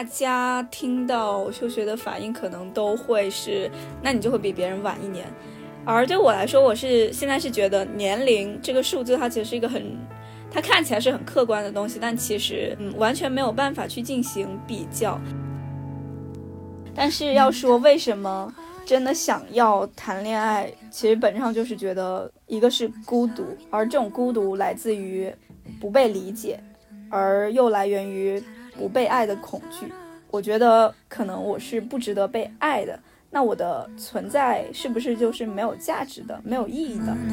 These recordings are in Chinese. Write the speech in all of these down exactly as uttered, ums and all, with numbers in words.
大家听到休学的反应可能都会是，那你就会比别人晚一年。而对我来说，我是现在是觉得年龄这个数字它其实是一个很，它看起来是很客观的东西，但其实嗯完全没有办法去进行比较。但是要说为什么真的想要谈恋爱，其实本质上就是觉得一个是孤独，而这种孤独来自于不被理解，而又来源于不被爱的恐惧。我觉得可能我是不值得被爱的，那我的存在是不是就是没有价值的，没有意义的？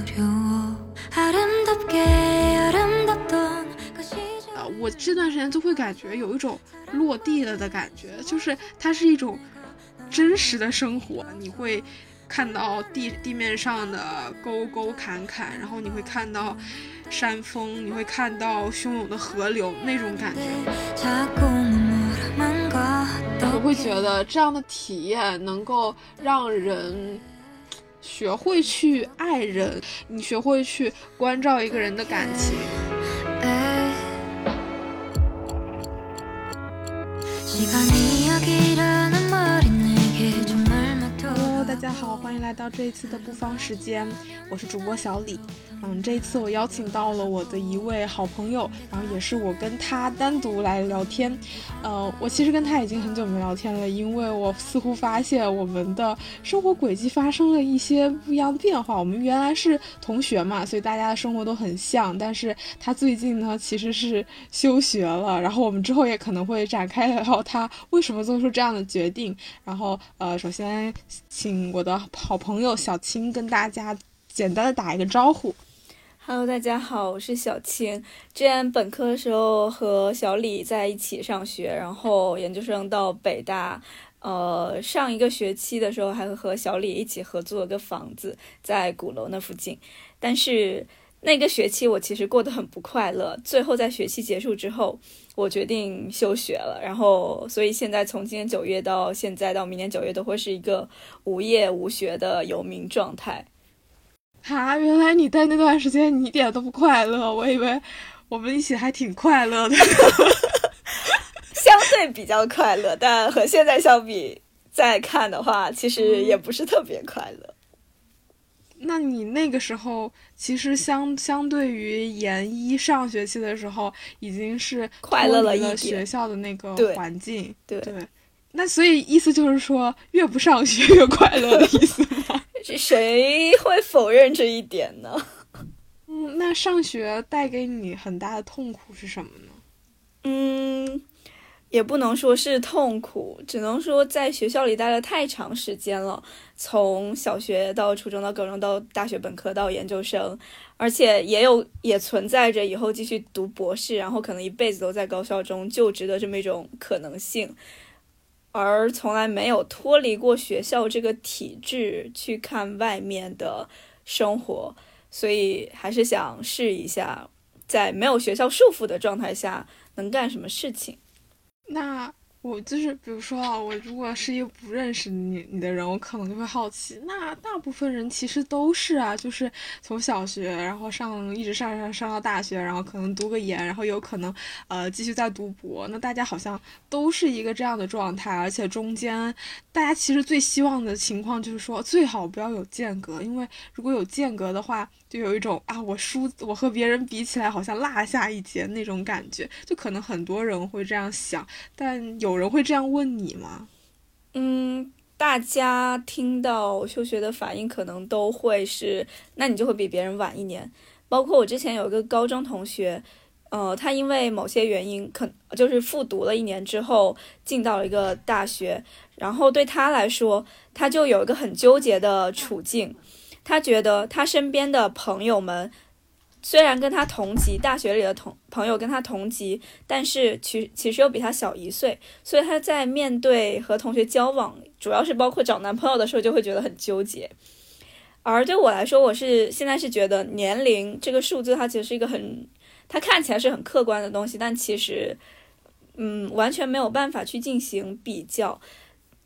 呃，我这段时间就会感觉有一种落地了的感觉，就是它是一种真实的生活，你会看到地地面上的沟沟坎坎，然后你会看到山峰，你会看到汹涌的河流，那种感觉。我会觉得这样的体验能够让人学会去爱人，你学会去关照一个人的感情。Hello， 大家好，欢迎来到这一次的不方时间，我是主播小李。嗯，这一次我邀请到了我的一位好朋友，然后也是我跟他单独来聊天。呃，我其实跟他已经很久没聊天了，因为我似乎发现我们的生活轨迹发生了一些不一样的变化。我们原来是同学嘛，所以大家的生活都很像，但是他最近呢其实是休学了，然后我们之后也可能会展开聊他为什么做出这样的决定。然后呃，首先请我的好朋友小青跟大家简单的打一个招呼。 Hello， 大家好，我是小青。之前本科的时候和小李在一起上学，然后研究生到北大，呃，上一个学期的时候还和小李一起合租了个房子，在鼓楼那附近。但是那个学期我其实过得很不快乐，最后在学期结束之后，我决定休学了。然后，所以现在从今年九月到现在到明年九月都会是一个无业无学的游民状态。 哈，原来你在那段时间你一点都不快乐，我以为我们一起还挺快乐的。 相对比较快乐，但和现在相比再看的话，其实也不是特别快乐。 嗯、那你那个时候其实相相对于研一上学期的时候，已经是快乐了一点，学校的那个环境。 对对, 对，那所以意思就是说，越不上学越快乐的意思吗？ 谁会否认这一点呢？ 嗯，那上学带给你很大的痛苦是什么呢？ 嗯，也不能说是痛苦，只能说在学校里待了太长时间了，从小学到初中到高中到大学本科到研究生，而且也有也存在着以后继续读博士，然后可能一辈子都在高校中就职的这么一种可能性。而从来没有脱离过学校这个体制去看外面的生活，所以还是想试一下在没有学校束缚的状态下能干什么事情。 那我就是比如说啊，我如果是一个不认识你你的人，我可能就会好奇，那大部分人其实都是啊，就是从小学然后上一直上上上到大学，然后可能读个研，然后有可能呃继续再读博，那大家好像都是一个这样的状态，而且中间大家其实最希望的情况就是说最好不要有间隔，因为如果有间隔的话，就有一种啊我输我和别人比起来好像落下一截那种感觉，就可能很多人会这样想，但有人会这样问你吗？ 嗯，大家听到休学的反应可能都会是，那你就会比别人晚一年。包括我之前有一个高中同学，呃，他因为某些原因，可就是复读了一年之后进到了一个大学，然后对他来说，他就有一个很纠结的处境。他觉得他身边的朋友们虽然跟他同级，大学里的同朋友跟他同级，但是其其实又比他小一岁，所以他在面对和同学交往，主要是包括找男朋友的时候，就会觉得很纠结。而对我来说，我是现在是觉得年龄这个数字，它其实是一个很，它看起来是很客观的东西，但其实，嗯，完全没有办法去进行比较。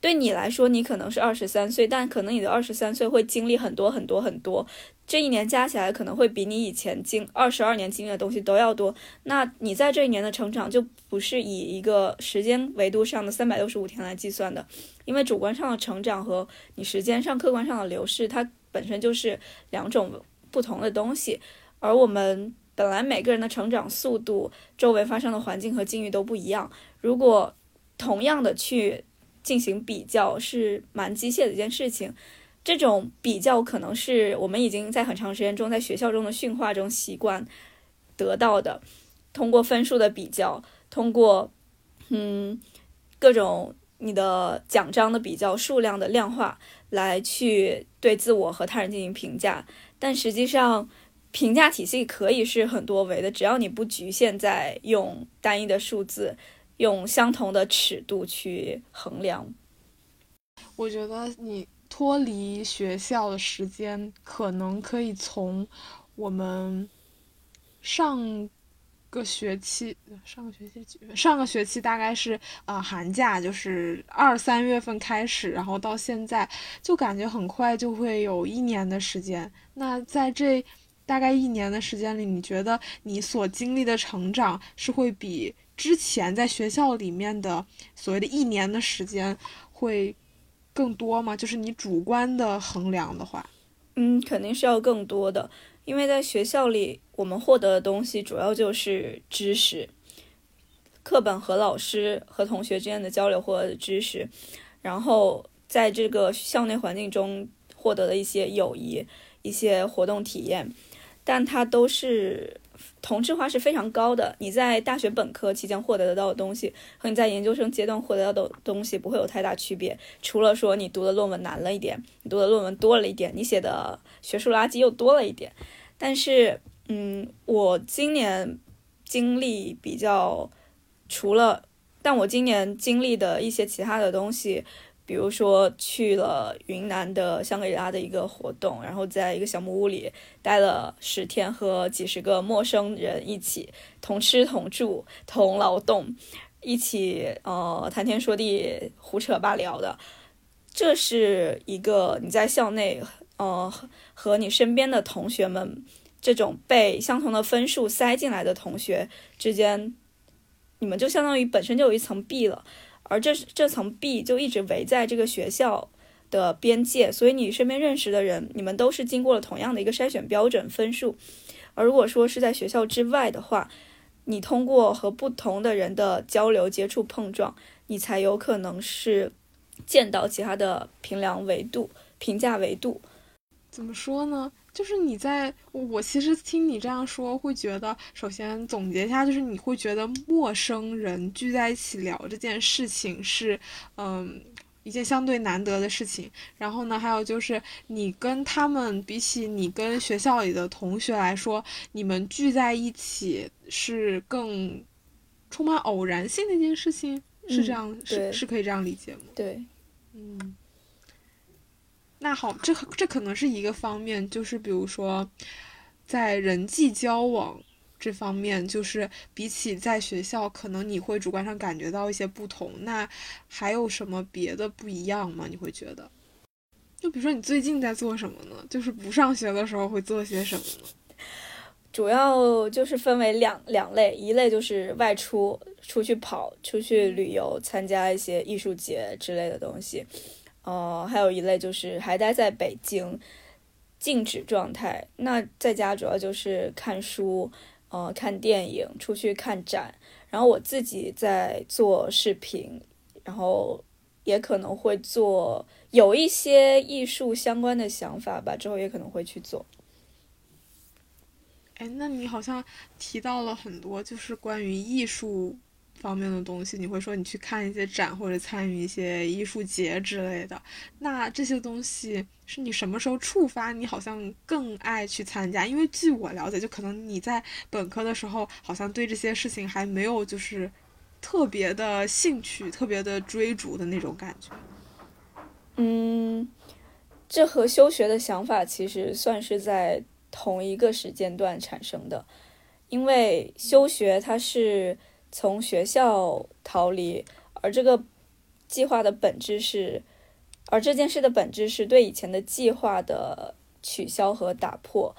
对你来说你可能是二十三岁，但可能你的二十三岁会经历很多很多很多，这一年加起来可能会比你以前经二十二年经历的东西都要多。那你在这一年的成长就不是以一个时间维度上的三百六十五天来计算的，因为主观上的成长和你时间上客观上的流逝，它本身就是两种不同的东西。而我们本来每个人的成长速度，周围发生的环境和境遇都不一样，如果同样的去进行比较，是蛮机械的一件事情。这种比较可能是我们已经在很长时间中在学校中的驯化中习惯得到的，通过分数的比较，通过嗯各种你的奖章的比较，数量的量化，来去对自我和他人进行评价。但实际上评价体系可以是很多维的，只要你不局限在用单一的数字，用相同的尺度去衡量。 我觉得你脱离学校的时间，可能可以从我们上个学期，上个学期几月？上个学期大概是呃寒假，就是二三月份开始，然后到现在，就感觉很快就会有一年的时间。那在这大概一年的时间里，你觉得你所经历的成长是会比之前在学校里面的所谓的一年的时间会更多吗？就是你主观的衡量的话。 嗯，肯定是要更多的，因为在学校里我们获得的东西主要就是知识，课本和老师和同学之间的交流获得的知识，然后在这个校内环境中获得的一些友谊，一些活动体验，但它都是同质化是非常高的。你在大学本科期间获得到的东西和你在研究生阶段获得到的东西不会有太大区别，除了说你读的论文难了一点，你读的论文多了一点，你写的学术垃圾又多了一点。但是嗯，我今年经历比较除了但我今年经历的一些其他的东西，比如说去了云南的香格里拉的一个活动，然后在一个小木屋里待了十天，和几十个陌生人一起同吃同住同劳动，一起呃谈天说地胡扯八聊的。这是一个你在校内呃和你身边的同学们，这种被相同的分数塞进来的同学之间，你们就相当于本身就有一层壁了，而这这层壁就一直围在这个学校的边界，所以你身边认识的人，你们都是经过了同样的一个筛选标准分数。而如果说是在学校之外的话，你通过和不同的人的交流、接触、碰撞，你才有可能是见到其他的评量维度、评价维度。 怎么说呢？就是你在我其实听你这样说，会觉得，首先总结一下，就是你会觉得陌生人聚在一起聊这件事情是，嗯，一件相对难得的事情。然后呢，还有就是你跟他们比起你跟学校里的同学来说，你们聚在一起是更充满偶然性的一件事情，是这样， 嗯、 是是可以这样理解吗？ 对， 嗯。那好，这这可能是一个方面，就是比如说，在人际交往这方面，就是比起在学校，可能你会主观上感觉到一些不同。那还有什么别的不一样吗？你会觉得？就比如说你最近在做什么呢？就是不上学的时候会做些什么呢？ 主要就是分为两两类，一类就是外出出去跑、出去旅游，参加一些艺术节之类的东西。呃，还有一类就是还待在北京，静止状态。那在家主要就是看书，呃，看电影，出去看展。然后我自己在做视频，然后也可能会做有一些艺术相关的想法吧，之后也可能会去做。 哎，那你好像提到了很多，就是关于艺术方面的东西，你会说你去看一些展或者参与一些艺术节之类的。那这些东西是你什么时候触发你好像更爱去参加？因为据我了解，就可能你在本科的时候好像对这些事情还没有就是特别的兴趣、特别的追逐的那种感觉。 嗯，这和休学的想法其实算是在同一个时间段产生的，因为休学它是从学校逃离，而这个计划的本质是，而这件事的本质是对以前的计划的取消和打破。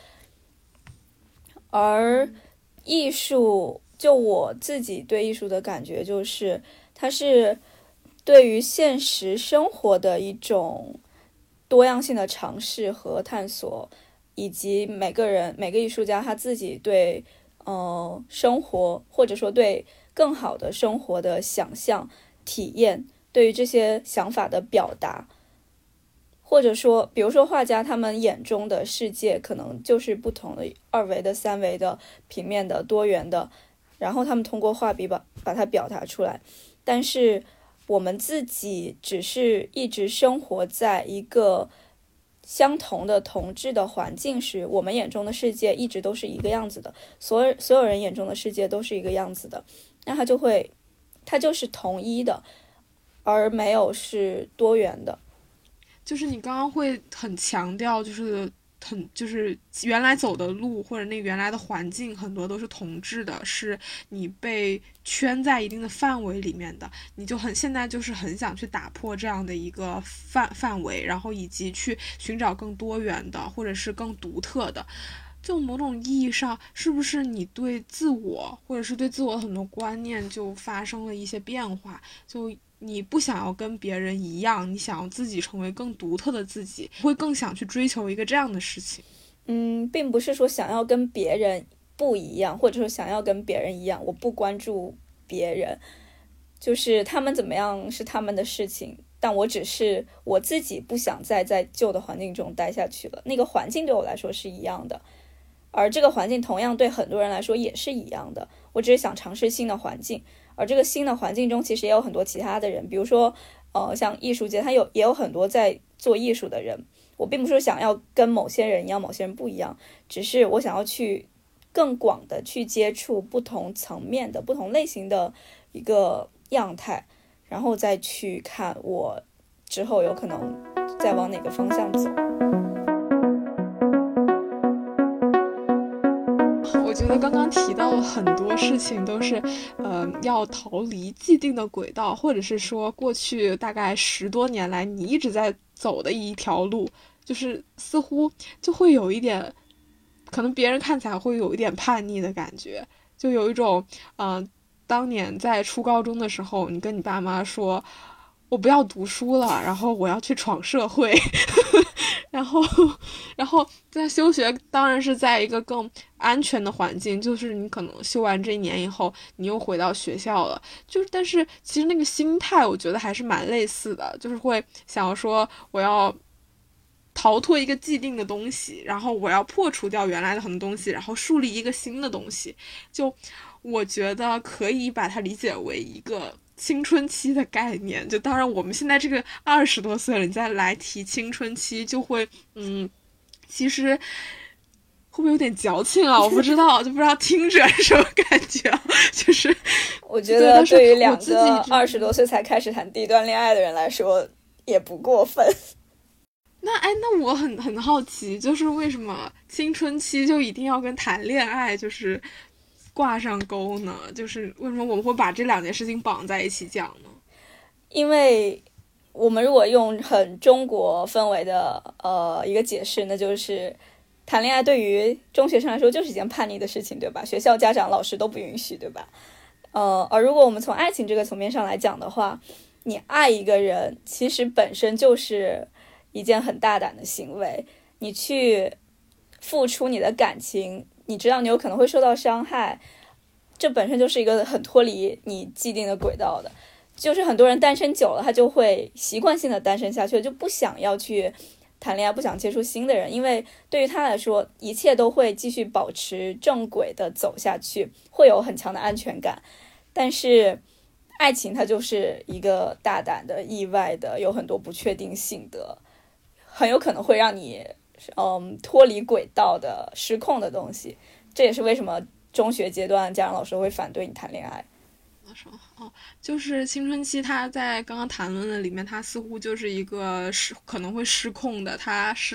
而艺术，就我自己对艺术的感觉就是，它是对于现实生活的一种多样性的尝试和探索，以及每个人每个艺术家他自己对呃生活，或者说对更好的生活的想象体验，对于这些想法的表达。或者说比如说画家他们眼中的世界可能就是不同的二维的、三维的、平面的、多元的，然后他们通过画笔把把它表达出来。但是我们自己只是一直生活在一个相同的同质的环境时，我们眼中的世界一直都是一个样子的，所有所有人眼中的世界都是一个样子的，那它就会它就是统一的，而没有是多元的。 就是你刚刚会很强调，就是很就是原来走的路或者那原来的环境很多都是同质的，是你被圈在一定的范围里面的，你就很现在就是很想去打破这样的一个范范围，然后以及去寻找更多元的或者是更独特的。就某种意义上，是不是你对自我或者是对自我很多观念就发生了一些变化，就你不想要跟别人一样，你想要自己成为更独特的自己，会更想去追求一个这样的事情。 嗯，并不是说想要跟别人不一样，或者说想要跟别人一样，我不关注别人，就是他们怎么样是他们的事情，但我只是我自己不想再在旧的环境中待下去了。那个环境对我来说是一样的，而这个环境同样对很多人来说也是一样的，我只是想尝试新的环境。而这个新的环境中其实也有很多其他的人，比如说呃，像艺术界它有也有很多在做艺术的人，我并不是想要跟某些人一样某些人不一样，只是我想要去更广的去接触不同层面的不同类型的一个样态，然后再去看我之后有可能再往哪个方向走。 我觉得刚刚提到了很多事情都是呃，要逃离既定的轨道，或者是说过去大概十多年来你一直在走的一条路，就是似乎就会有一点可能别人看起来会有一点叛逆的感觉，就有一种嗯、呃，当年在初高中的时候你跟你爸妈说我不要读书了，然后我要去闯社会然后然后在休学当然是在一个更安全的环境，就是你可能休完这一年以后你又回到学校了，就是但是其实那个心态我觉得还是蛮类似的，就是会想要说我要逃脱一个既定的东西，然后我要破除掉原来的很多东西，然后树立一个新的东西。就我觉得可以把它理解为一个青春期的概念，就当然我们现在这个二十多岁了，你再来提青春期就会嗯其实会不会有点矫情啊？我不知道，就不知道听着是什么感觉。就是我觉得对于两个二十多岁才开始谈第一段恋爱的人来说，也不过分。 那哎，那我很很好奇，就是为什么青春期就一定要跟谈恋爱就是挂上钩呢？就是为什么我们会把这两件事情绑在一起讲呢？ 因为我们如果用很中国氛围的呃一个解释，那就是谈恋爱对于中学生来说就是一件叛逆的事情，对吧？学校、家长、老师都不允许，对吧？呃，而如果我们从爱情这个层面上来讲的话，你爱一个人其实本身就是一件很大胆的行为，你去付出你的感情，你知道你有可能会受到伤害，这本身就是一个很脱离你既定的轨道的。就是很多人单身久了，他就会习惯性的单身下去，就不想要去谈恋爱，不想接触新的人，因为对于他来说一切都会继续保持正轨的走下去，会有很强的安全感。但是爱情它就是一个大胆的、意外的、有很多不确定性的，很有可能会让你嗯脱离轨道的失控的东西。这也是为什么中学阶段家长老师会反对你谈恋爱。 哦，就是青春期，他在刚刚谈论的里面，他似乎就是一个失可能会失控的，他是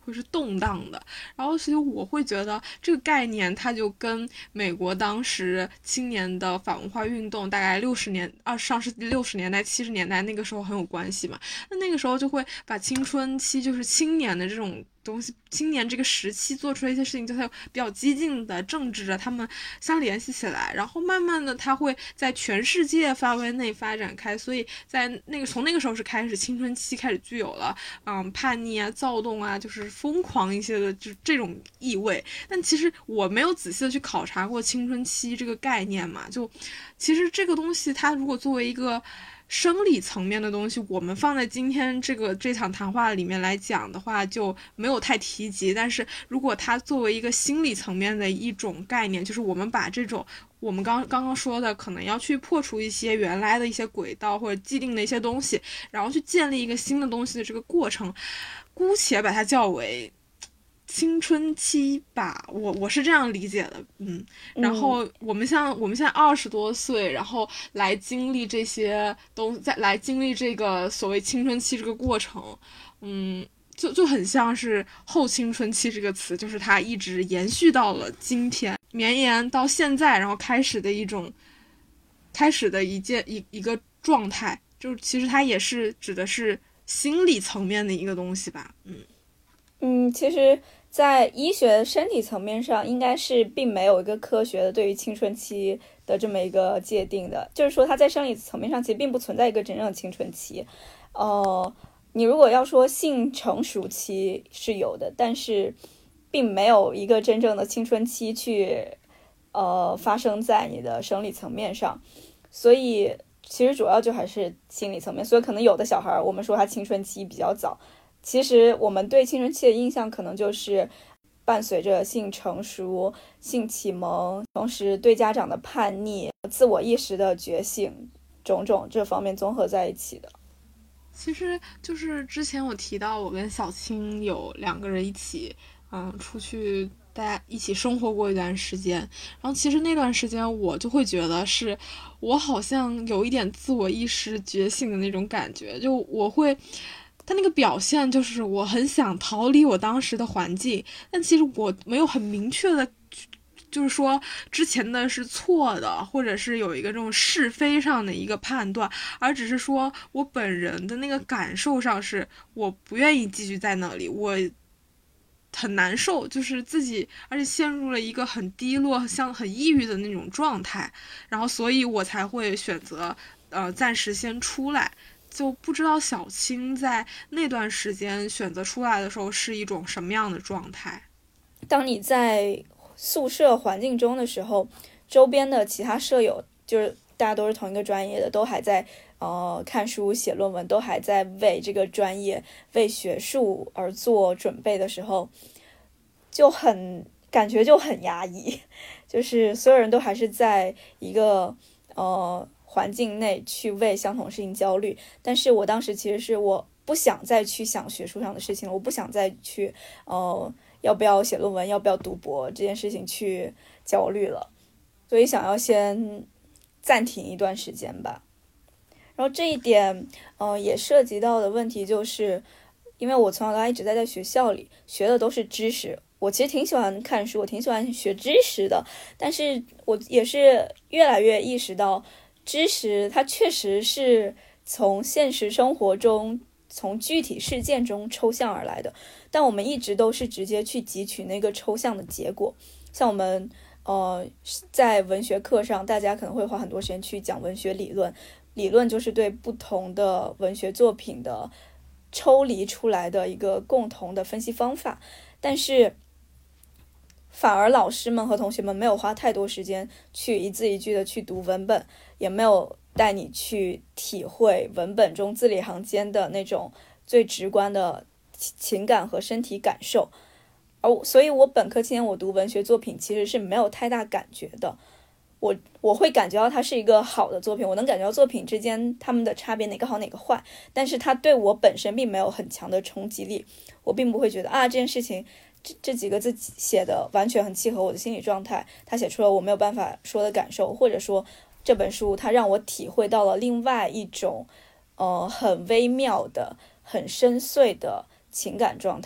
会是动荡的。然后其实我会觉得这个概念它就跟美国当时青年的反文化运动大概六十年二上世纪六十年代七十年代那个时候很有关系嘛。那那个时候就会把青春期就是青年的这种东西，青年这个时期做出来一些事情，就它有比较激进的政治啊，他们相联系起来，然后慢慢的它会在全世界范围内发展开。所以在那个从那个时候是开始，青春期开始具有了嗯叛逆啊、躁动啊，就是疯狂一些的就这种意味。但其实我没有仔细的去考察过青春期这个概念嘛，就其实这个东西它如果作为一个生理层面的东西，我们放在今天这个这场谈话里面来讲的话就没有太提及。但是如果它作为一个心理层面的一种概念，就是我们把这种我们刚刚刚说的可能要去破除一些原来的一些轨道或者既定的一些东西，然后去建立一个新的东西的这个过程，姑且把它叫为青春期吧，我我是这样理解的，嗯，然后我们像我们现在二十多岁，然后来经历这些东，再来经历这个所谓青春期这个过程，嗯，就就很像是后青春期这个词，就是它一直延续到了今天，绵延到现在，然后开始的一种，开始的一件一一个状态，就其实它也是指的是心理层面的一个东西吧，嗯嗯，其实在医学身体层面上，应该是并没有一个科学的对于青春期的这么一个界定的，就是说它在生理层面上其实并不存在一个真正的青春期。呃，你如果要说性成熟期是有的，但是并没有一个真正的青春期去呃发生在你的生理层面上，所以其实主要就还是心理层面。所以可能有的小孩我们说他青春期比较早，其实我们对青春期的印象可能就是伴随着性成熟、性启蒙，同时对家长的叛逆、自我意识的觉醒，种种这方面综合在一起的。 其实就是之前我提到我跟小青有两个人一起嗯出去大家一起生活过一段时间，然后其实那段时间我就会觉得是我好像有一点自我意识觉醒的那种感觉，就我会他那个表现就是我很想逃离我当时的环境，但其实我没有很明确的就是说之前的是错的，或者是有一个这种是非上的一个判断，而只是说我本人的那个感受上是我不愿意继续在那里，我很难受，就是自己而且陷入了一个很低落像很抑郁的那种状态，然后所以我才会选择呃暂时先出来。就不知道小青在那段时间选择出来的时候是一种什么样的状态。 当你在宿舍环境中的时候，周边的其他舍友就是大家都是同一个专业的，都还在呃看书写论文，都还在为这个专业为学术而做准备的时候，就很感觉就很压抑，就是所有人都还是在一个呃环境内去为相同事情焦虑。但是我当时其实是我不想再去想学术上的事情了，我不想再去呃要不要写论文，要不要读博这件事情去焦虑了，所以想要先暂停一段时间吧。然后这一点呃也涉及到的问题就是，因为我从小到大一直在在学校里学的都是知识，我其实挺喜欢看书，我挺喜欢学知识的，但是我也是越来越意识到知识它确实是从现实生活中从具体事件中抽象而来的，但我们一直都是直接去汲取那个抽象的结果。像我们呃在文学课上，大家可能会花很多时间去讲文学理论，理论就是对不同的文学作品的抽离出来的一个共同的分析方法，但是反而老师们和同学们没有花太多时间去一字一句的去读文本，也没有带你去体会文本中字里行间的那种最直观的情感和身体感受。而所以我本科期间我读文学作品其实是没有太大感觉的，我我会感觉到它是一个好的作品，我能感觉到作品之间他们的差别哪个好哪个坏，但是它对我本身并没有很强的冲击力，我并不会觉得啊这件事情这这几个字写的完全很契合我的心理状态，他写出了我没有办法说的感受，或者说这本书它让我体会到了另外一种呃很微妙的很深邃的情感状态，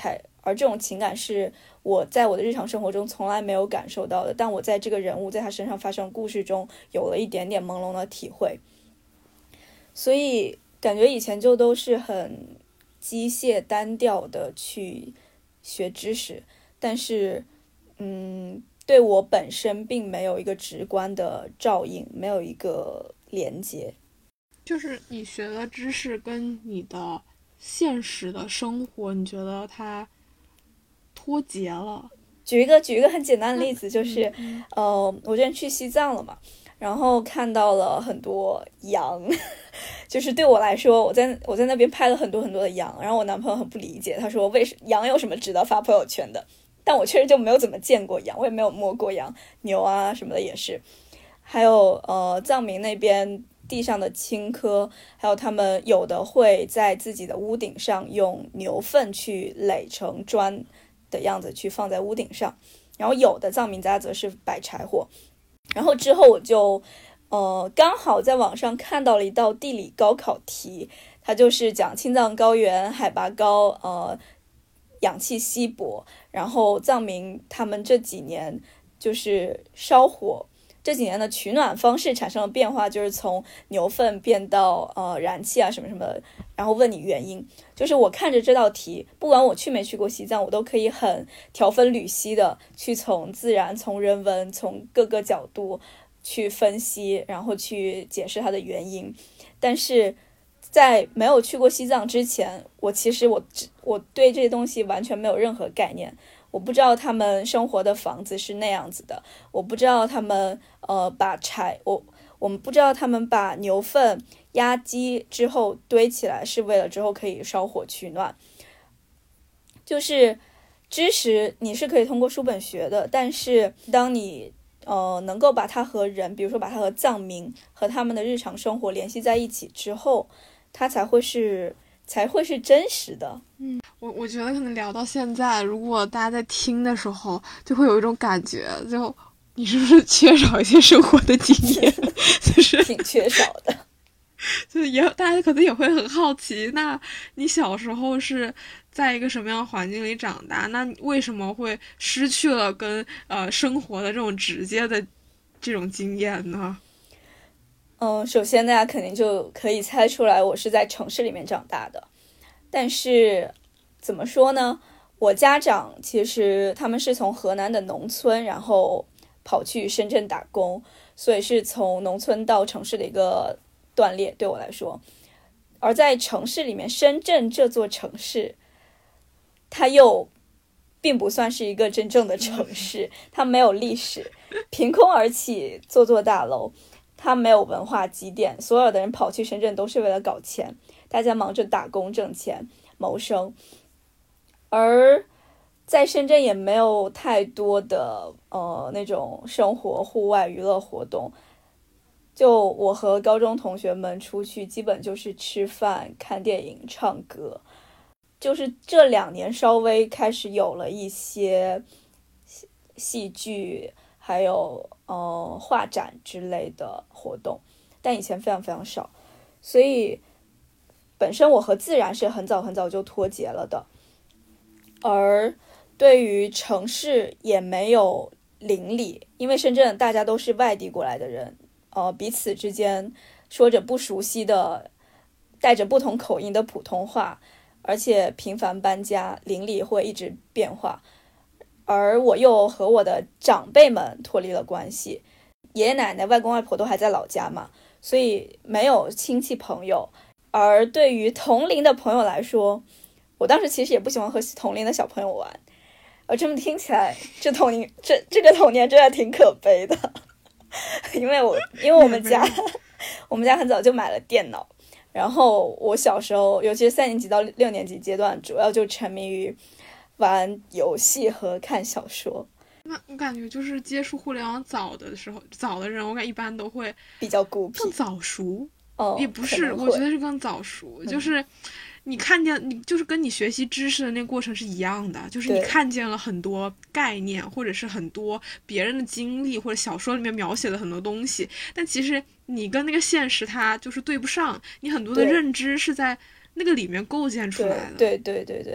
而这种情感是我在我的日常生活中从来没有感受到的，但我在这个人物在他身上发生故事中有了一点点朦胧的体会。所以感觉以前就都是很机械单调的去学知识，但是嗯，对我本身并没有一个直观的照应，没有一个连接。 就是你学的知识跟你的现实的生活，你觉得它脱节了？ 举一个举一个很简单的例子，就是、 嗯、 呃，我之前去西藏了嘛，然后看到了很多羊，就是对我来说，我在我在那边拍了很多很多的羊，然后我男朋友很不理解，他说为什羊有什么值得发朋友圈的？但我确实就没有怎么见过羊，我也没有摸过羊，牛啊什么的也是。还有呃，藏民那边地上的青稞，还有他们有的会在自己的屋顶上用牛粪去垒成砖的样子去放在屋顶上，然后有的藏民家则是摆柴火。然后之后我就呃刚好在网上看到了一道地理高考题，它就是讲青藏高原海拔高，呃氧气稀薄，然后藏民他们这几年就是烧火，这几年的取暖方式产生了变化，就是从牛粪变到呃燃气啊什么什么的，然后问你原因。就是我看着这道题，不管我去没去过西藏，我都可以很条分缕析的去从自然、从人文、从各个角度去分析，然后去解释它的原因。但是在没有去过西藏之前，我其实我我对这些东西完全没有任何概念。我不知道他们生活的房子是那样子的，我不知道他们呃把柴我我们不知道他们把牛粪压积之后堆起来是为了之后可以烧火取暖。就是知识你是可以通过书本学的，但是当你呃能够把它和人，比如说把它和藏民和他们的日常生活联系在一起之后，它才会是才会是真实的。 嗯，我我觉得可能聊到现在，如果大家在听的时候，就会有一种感觉，就你是不是缺少一些生活的经验？就是挺缺少的。 就也大家可能也会很好奇，那你小时候是在一个什么样的环境里长大？那为什么会失去了跟呃生活的这种直接的这种经验呢？ 嗯，首先大家肯定就可以猜出来，我是在城市里面长大的。但是怎么说呢？我家长其实他们是从河南的农村，然后跑去深圳打工，所以是从农村到城市的一个断裂，对我来说。而在城市里面，深圳这座城市，它又并不算是一个真正的城市，它没有历史，凭空而起座座大楼。他没有文化积淀，所有的人跑去深圳都是为了搞钱，大家忙着打工挣钱谋生，而在深圳也没有太多的呃那种生活户外娱乐活动。就我和高中同学们出去，基本就是吃饭、看电影、唱歌。就是这两年稍微开始有了一些戏剧，还有呃画展之类的活动，但以前非常非常少，所以本身我和自然是很早很早就脱节了的。而对于城市也没有邻里，因为深圳大家都是外地过来的人，呃，彼此之间说着不熟悉的带着不同口音的普通话，而且频繁搬家，邻里会一直变化。而我又和我的长辈们脱离了关系，爷爷奶奶外公外婆都还在老家嘛，所以没有亲戚朋友。而对于同龄的朋友来说，我当时其实也不喜欢和同龄的小朋友玩。而这么听起来，这童年这这个童年真的挺可悲的。因为我因为我们家我们家很早就买了电脑，然后我小时候尤其是三年级到六年级阶段，主要就沉迷于玩游戏和看小说。 那我感觉就是接触互联网早的时候，早的人我感觉一般都会比较孤僻， 更早熟。 哦， 也不是，我觉得是更早熟，嗯、就是你看见你就是跟你学习知识的那个过程是一样的，就是你看见了很多概念，或者是很多别人的经历，或者小说里面描写的很多东西，但其实你跟那个现实它就是对不上，你很多的认知是在那个里面构建出来的。 对对对对对，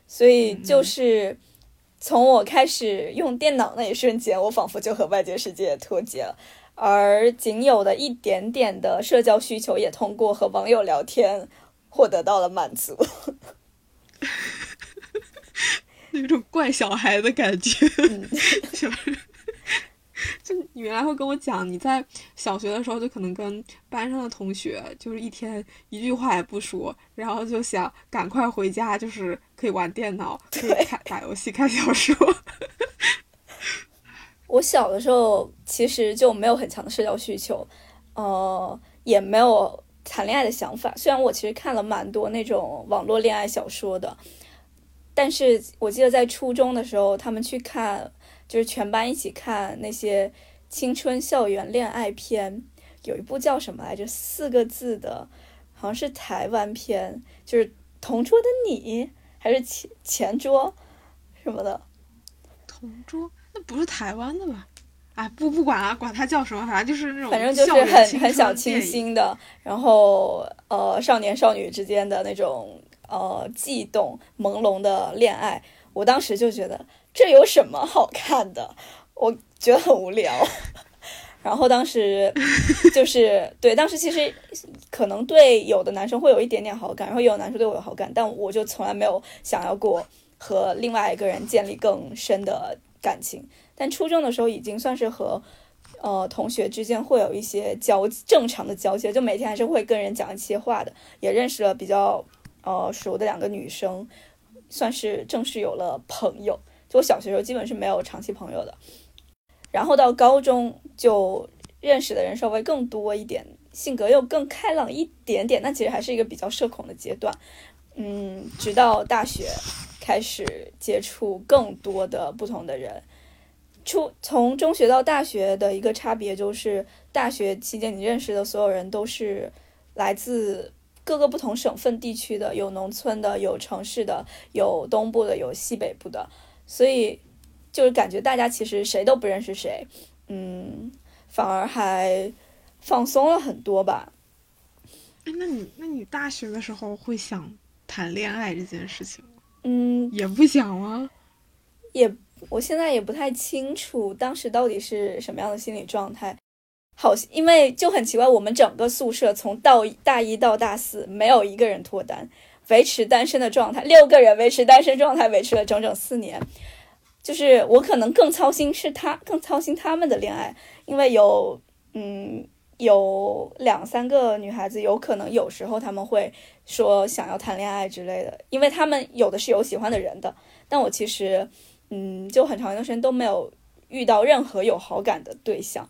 所以就是从我开始用电脑那一瞬间，我仿佛就和外界世界脱节了，而仅有的一点点的社交需求也通过和网友聊天获得到了满足。 那种怪小孩的感觉。嗯，就你原来会跟我讲，你在小学的时候就可能跟班上的同学就是一天一句话也不说，然后就想赶快回家，就是可以玩电脑，可以看打游戏看小说。 我小的时候其实就没有很强的社交需求，呃，也没有谈恋爱的想法。虽然我其实看了蛮多那种网络恋爱小说的，但是我记得在初中的时候，他们去看，就是全班一起看那些青春校园恋爱片，有一部叫什么来着，四个字的，好像是台湾片，就是同桌的你还是前前桌什么的。 同桌那不是台湾的吧？哎，不不管啊，管它叫什么，反正就是那种反正就是很很小清新的，然后呃少年少女之间的那种呃悸动朦胧的恋爱。我当时就觉得这有什么好看的，我觉得很无聊。然后当时就是对，当时其实可能对有的男生会有一点点好感，然后也有男生对我有好感，但我就从来没有想要过和另外一个人建立更深的感情。但初中的时候已经算是和呃同学之间会有一些交正常的交接，就每天还是会跟人讲一些话的，也认识了比较呃熟的两个女生，算是正式有了朋友。就我小学时候基本是没有长期朋友的，然后到高中就认识的人稍微更多一点，性格又更开朗一点点，但其实还是一个比较社恐的阶段。嗯，直到大学开始接触更多的不同的人。出从中学到大学的一个差别就是，大学期间你认识的所有人都是来自各个不同省份地区的，有农村的，有城市的，有东部的，有西北部的，所以就是感觉大家其实谁都不认识谁，嗯，反而还放松了很多吧。 那你那你大学的时候会想谈恋爱这件事情吗？ 嗯， 也不想吗？ 也，我现在也不太清楚当时到底是什么样的心理状态。好，因为就很奇怪，我们整个宿舍从到大一到大四没有一个人脱单，维持单身的状态，六个人维持单身状态维持了整整四年。就是我可能更操心是他更操心他们的恋爱，因为有嗯有两三个女孩子有可能有时候他们会说想要谈恋爱之类的，因为他们有的是有喜欢的人的，但我其实嗯就很长一段时间都没有遇到任何有好感的对象。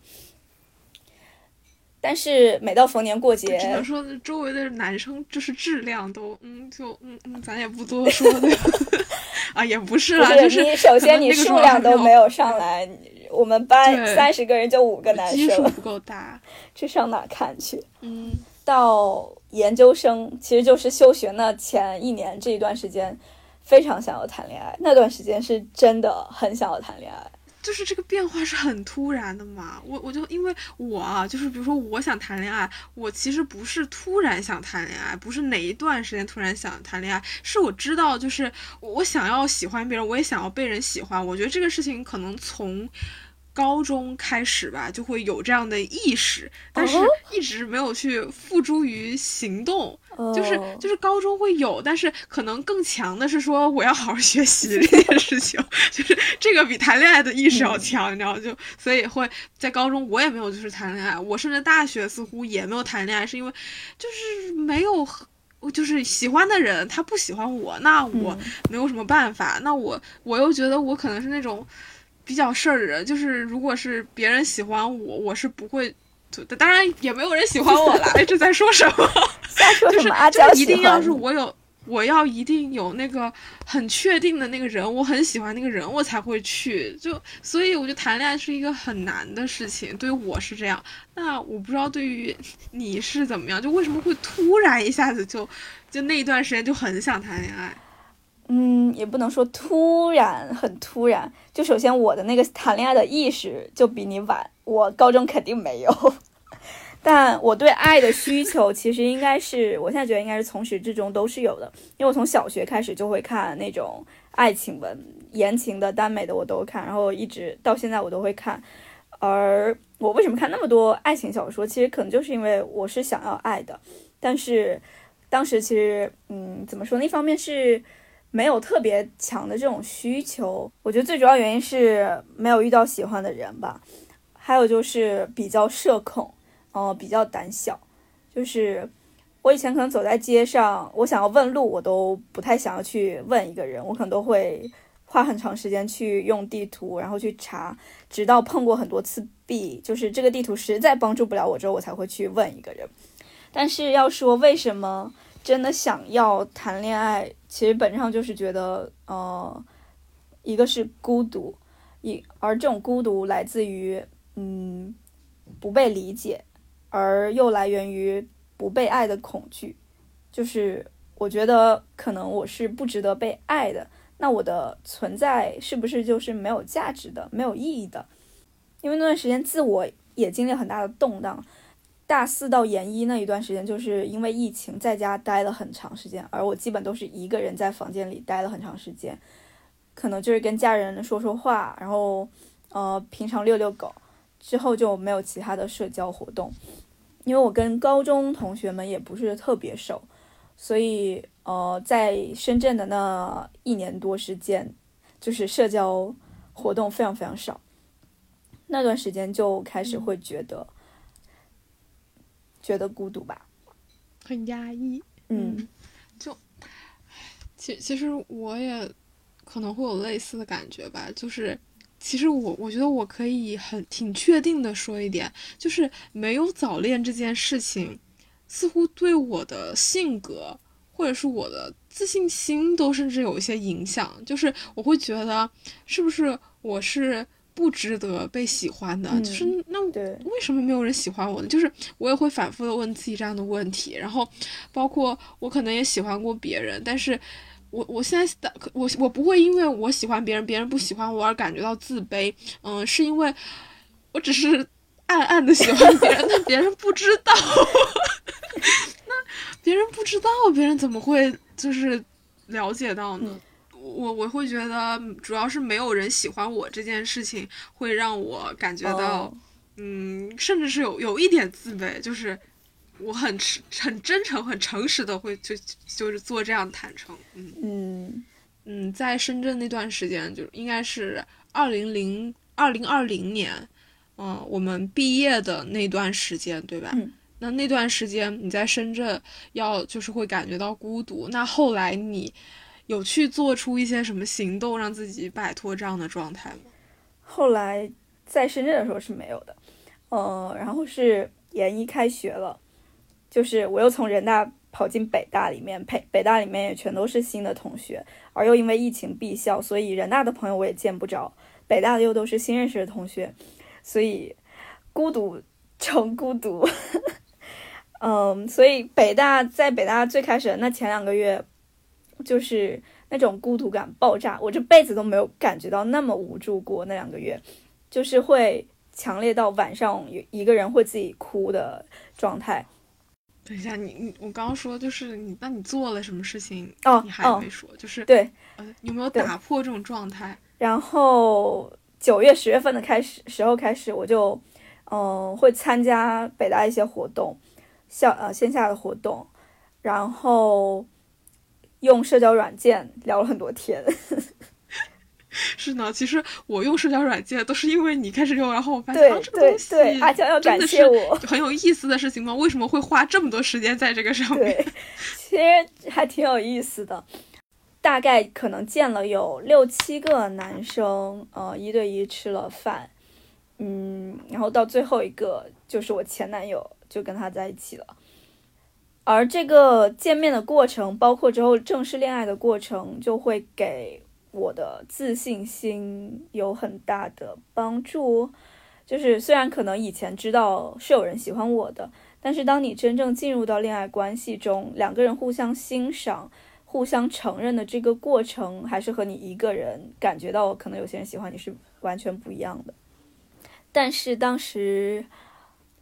但是每到逢年过节， 只能说周围的男生就是质量都嗯就嗯嗯咱也不多说的啊，也不是啦，就是你首先你数量都没有上来，我们班三十个人就五个男生， 基数不够大， 这上哪看去？ 嗯， 到研究生其实就是休学那前一年这一段时间，非常想要谈恋爱，那段时间是真的很想要谈恋爱。 就是这个变化是很突然的嘛，我我就因为我啊，就是比如说我想谈恋爱，我其实不是突然想谈恋爱，不是哪一段时间突然想谈恋爱，是我知道就是我想要喜欢别人，我也想要被人喜欢。我觉得这个事情可能从高中开始吧，就会有这样的意识，但是一直没有去付诸于行动。 Oh. 就是就是高中会有，但是可能更强的是说我要好好学习这件事情，就是这个比谈恋爱的意识要强，你知道，就所以会在高中我也没有就是谈恋爱，我甚至大学似乎也没有谈恋爱，是因为就是没有。我就是喜欢的人他不喜欢我，那我没有什么办法，嗯、那我我又觉得我可能是那种比较事儿的人，就是如果是别人喜欢我，我是不会，当然也没有人喜欢我了。哎，这在说什么？ 瞎说什么？阿娇喜欢，就是一定要是我有，我要一定有那个很确定的那个人，我很喜欢那个人，我才会去。就所以我觉得谈恋爱是一个很难的事情，对于我是这样。那我不知道对于你是怎么样，就为什么会突然一下子就就那一段时间就很想谈恋爱？ 嗯，也不能说突然，很突然。就首先我的那个谈恋爱的意识就比你晚，我高中肯定没有。 但我对爱的需求其实应该是，我现在觉得应该是从始至终都是有的，因为我从小学开始就会看那种爱情文，言情的、耽美的我都看，然后一直到现在我都会看。而我为什么看那么多爱情小说，其实可能就是因为我是想要爱的，但是当时其实嗯怎么说呢，一方面是没有特别强的这种需求，我觉得最主要原因是没有遇到喜欢的人吧，还有就是比较社恐，呃，比较胆小，就是我以前可能走在街上，我想要问路，我都不太想要去问一个人，我可能都会花很长时间去用地图，然后去查，直到碰过很多次壁，就是这个地图实在帮助不了我之后，我才会去问一个人。但是要说为什么真的想要谈恋爱，其实本质上就是觉得，呃，一个是孤独，一而这种孤独来自于，嗯，不被理解，而又来源于不被爱的恐惧。就是我觉得可能我是不值得被爱的，那我的存在是不是就是没有价值的、没有意义的？因为那段时间自我也经历很大的动荡。大四到研一那一段时间，就是因为疫情在家待了很长时间，而我基本都是一个人在房间里待了很长时间，可能就是跟家人说说话，然后呃平常遛遛狗，之后就没有其他的社交活动。因为我跟高中同学们也不是特别熟，所以呃在深圳的那一年多时间，就是社交活动非常非常少。那段时间就开始会觉得。嗯觉得孤独吧， 很压抑。嗯，就其其实我也可能会有类似的感觉吧，就是其实我我觉得我可以很挺确定的说一点，就是没有早恋这件事情，似乎对我的性格或者是我的自信心都甚至有一些影响，就是我会觉得是不是我是。不值得被喜欢的， 嗯、 就是那为什么没有人喜欢我呢？就是我也会反复的问自己这样的问题，然后包括我可能也喜欢过别人，但是我我现在我我不会因为我喜欢别人，别人不喜欢我而感觉到自卑，嗯，是因为我只是暗暗的喜欢别人，但别人不知道，那别人不知道，别人怎么会就是了解到呢？嗯我我会觉得主要是没有人喜欢我这件事情会让我感觉到、oh. 嗯甚至是有有一点自卑，就是我很很真诚很诚实的会就就是做这样坦诚。嗯嗯嗯在深圳那段时间就应该是二零零二零二零年嗯我们毕业的那段时间对吧、嗯、那那段时间你在深圳要就是会感觉到孤独，那后来你有去做出一些什么行动让自己摆脱这样的状态吗？ 后来在深圳的时候是没有的，呃，然后是研一开学了，就是我又从人大跑进北大里面，北北大里面也全都是新的同学，而又因为疫情闭校，所以人大的朋友我也见不着，北大的又都是新认识的同学，所以孤独成孤独。嗯，所以北大在北大最开始的那前两个月。就是那种孤独感爆炸，我这辈子都没有感觉到那么无助过。那两个月就是会强烈到晚上有一个人会自己哭的状态。 等一下，你你我刚刚说就是你，那你做了什么事情？ 哦， 你还没说， 哦、 就是对， 呃，有没有打破这种状态？ 然后九月十月份的开始时候开始，我就嗯、呃、会参加北大一些活动，校呃线下的活动，然后。用社交软件聊了很多天。 是呢，其实我用社交软件都是因为你开始用，然后我发现对、 啊、这个东西对对，阿娇要感谢我， 很有意思的事情吗？为什么会花这么多时间在这个上面？ 对，其实还挺有意思的。大概可能见了有六七个男生，呃，一对一吃了饭，嗯，然后到最后一个就是我前男友，就跟他在一起了。而这个见面的过程，包括之后正式恋爱的过程，就会给我的自信心有很大的帮助。就是虽然可能以前知道是有人喜欢我的，但是当你真正进入到恋爱关系中，两个人互相欣赏、互相承认的这个过程，还是和你一个人感觉到可能有些人喜欢你是完全不一样的。但是当时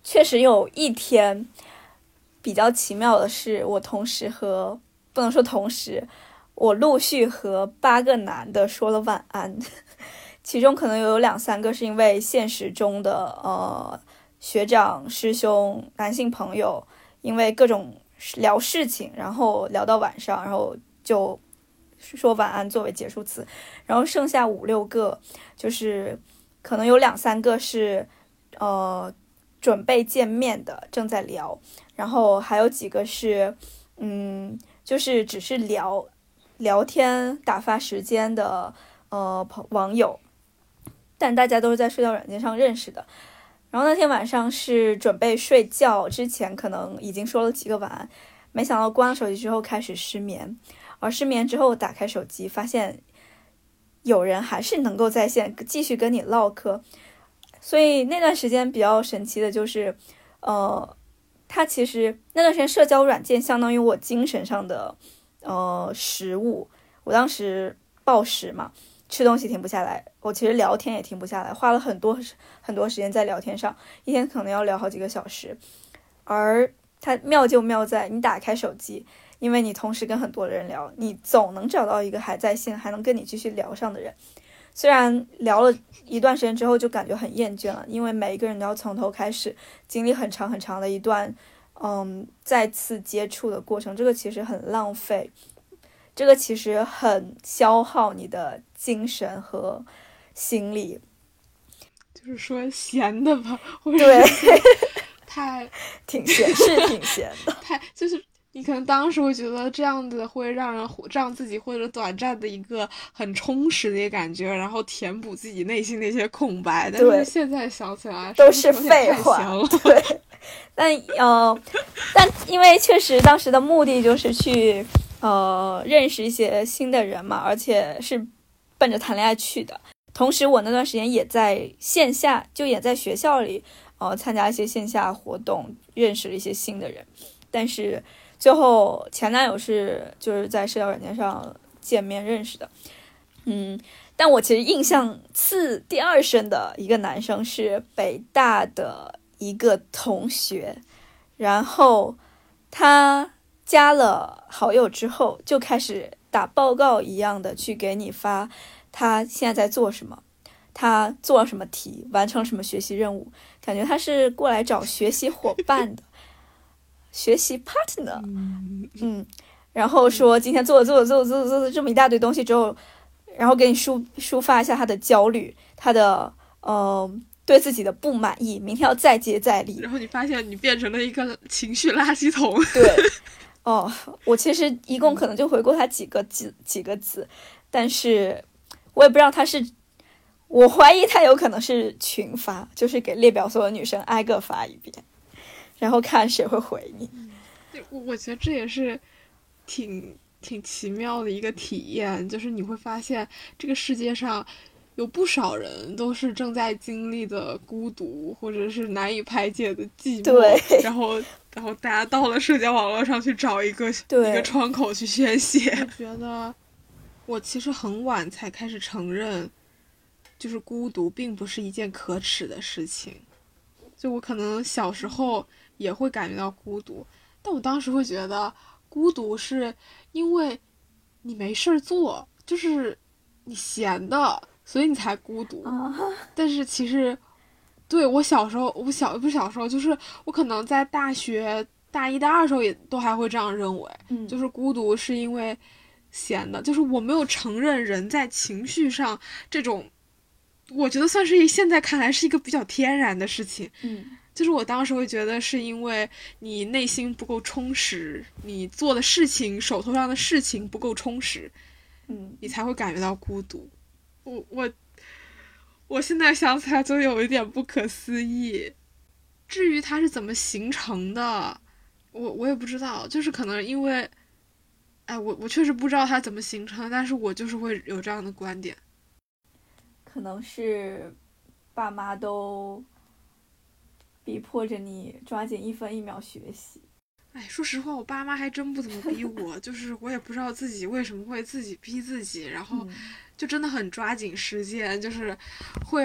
确实有一天比较奇妙的是，我同时和不能说同时，我陆续和八个男的说了晚安，其中可能有两三个是因为现实中的呃学长师兄男性朋友因为各种聊事情，然后聊到晚上，然后就说晚安作为结束词，然后剩下五六个就是可能有两三个是呃准备见面的正在聊，然后还有几个是嗯就是只是聊聊天打发时间的呃网友，但大家都是在社交软件上认识的。然后那天晚上是准备睡觉之前，可能已经说了几个晚安，没想到关了手机之后开始失眠，而失眠之后打开手机，发现有人还是能够在线继续跟你唠嗑。所以那段时间比较神奇的就是，呃，它其实那段时间社交软件相当于我精神上的呃食物。我当时暴食嘛，吃东西停不下来，我其实聊天也停不下来，花了很多很多时间在聊天上，一天可能要聊好几个小时。而它妙就妙在你打开手机，因为你同时跟很多人聊，你总能找到一个还在线还能跟你继续聊上的人。虽然聊了一段时间之后就感觉很厌倦了，因为每一个人都要从头开始经历很长很长的一段嗯再次接触的过程，这个其实很浪费，这个其实很消耗你的精神和心理。 就是说闲的吧， 对， 太挺闲，是挺闲的。 太就是你可能当时会觉得这样子会让人让自己或者短暂的一个很充实的一个感觉，然后填补自己内心的一些空白。但是现在想起来都是废话。对，但呃，但因为确实当时的目的就是去呃认识一些新的人嘛，而且是奔着谈恋爱去的。同时我那段时间也在线下，就也在学校里呃参加一些线下活动，认识了一些新的人。但是最后前男友是就是在社交软件上见面认识的。嗯，但我其实印象次第二深的一个男生是北大的一个同学，然后他加了好友之后就开始打报告一样的去给你发他现在在做什么，他做了什么题，完成了什么学习任务，感觉他是过来找学习伙伴的学习 partner。 嗯，然后说今天做了做了做了做了做了这么一大堆东西之后，然后给你抒抒发一下他的焦虑，他的呃对自己的不满意，明天要再接再厉。 然后你发现你变成了一个情绪垃圾桶。 对，哦，我其实一共可能就回过他几个字几个字，但是我也不知道他是，我怀疑他有可能是群发，就是给列表所有女生挨个发一遍，然后看谁会回你。 对，我觉得这也是挺挺奇妙的一个体验，就是你会发现这个世界上有不少人都是正在经历的孤独，或者是难以排解的寂寞。 对， 然后然后大家到了社交网络上去找一个一个窗口去宣泄。我觉得我其实很晚才开始承认，就是孤独并不是一件可耻的事情。就我可能小时候也会感觉到孤独，但我当时会觉得孤独是因为你没事做，就是你闲的，所以你才孤独。 uh-huh. 但是其实对我小时候，我小不是小时候，就是我可能在大学大一大二的时候也都还会这样认为、 嗯、 就是孤独是因为闲的，就是我没有承认人在情绪上这种，我觉得算是现在看来是一个比较天然的事情。 嗯， 就是我当时会觉得是因为你内心不够充实，你做的事情手头上的事情不够充实， 嗯， 你才会感觉到孤独。我我我现在想起来就有一点不可思议。至于它是怎么形成的，我我也不知道，就是可能因为哎我我确实不知道它怎么形成，但是我就是会有这样的观点。 可能是爸妈都逼迫着你抓紧一分一秒学习。 哎，说实话，我爸妈还真不怎么逼我，就是我也不知道自己为什么会自己逼自己，然后就真的很抓紧时间，就是会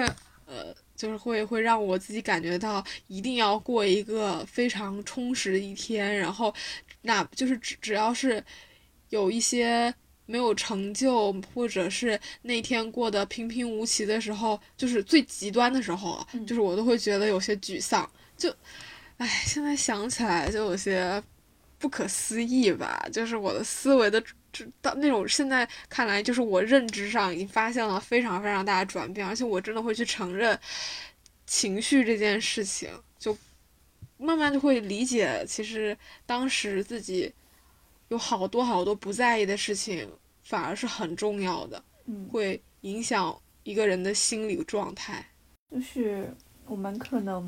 呃，就是会会让我自己感觉到一定要过一个非常充实的一天，然后那就是只只要是有一些没有成就，或者是那天过得平平无奇的时候，就是最极端的时候，就是我都会觉得有些沮丧。就，哎，现在想起来就有些不可思议吧。就是我的思维的到那种，现在看来就是我认知上已经发现了非常非常大的转变，而且我真的会去承认情绪这件事情，就慢慢就会理解，其实当时自己有好多好多不在意的事情，反而是很重要的， 嗯， 会影响一个人的心理状态。 就是我们可能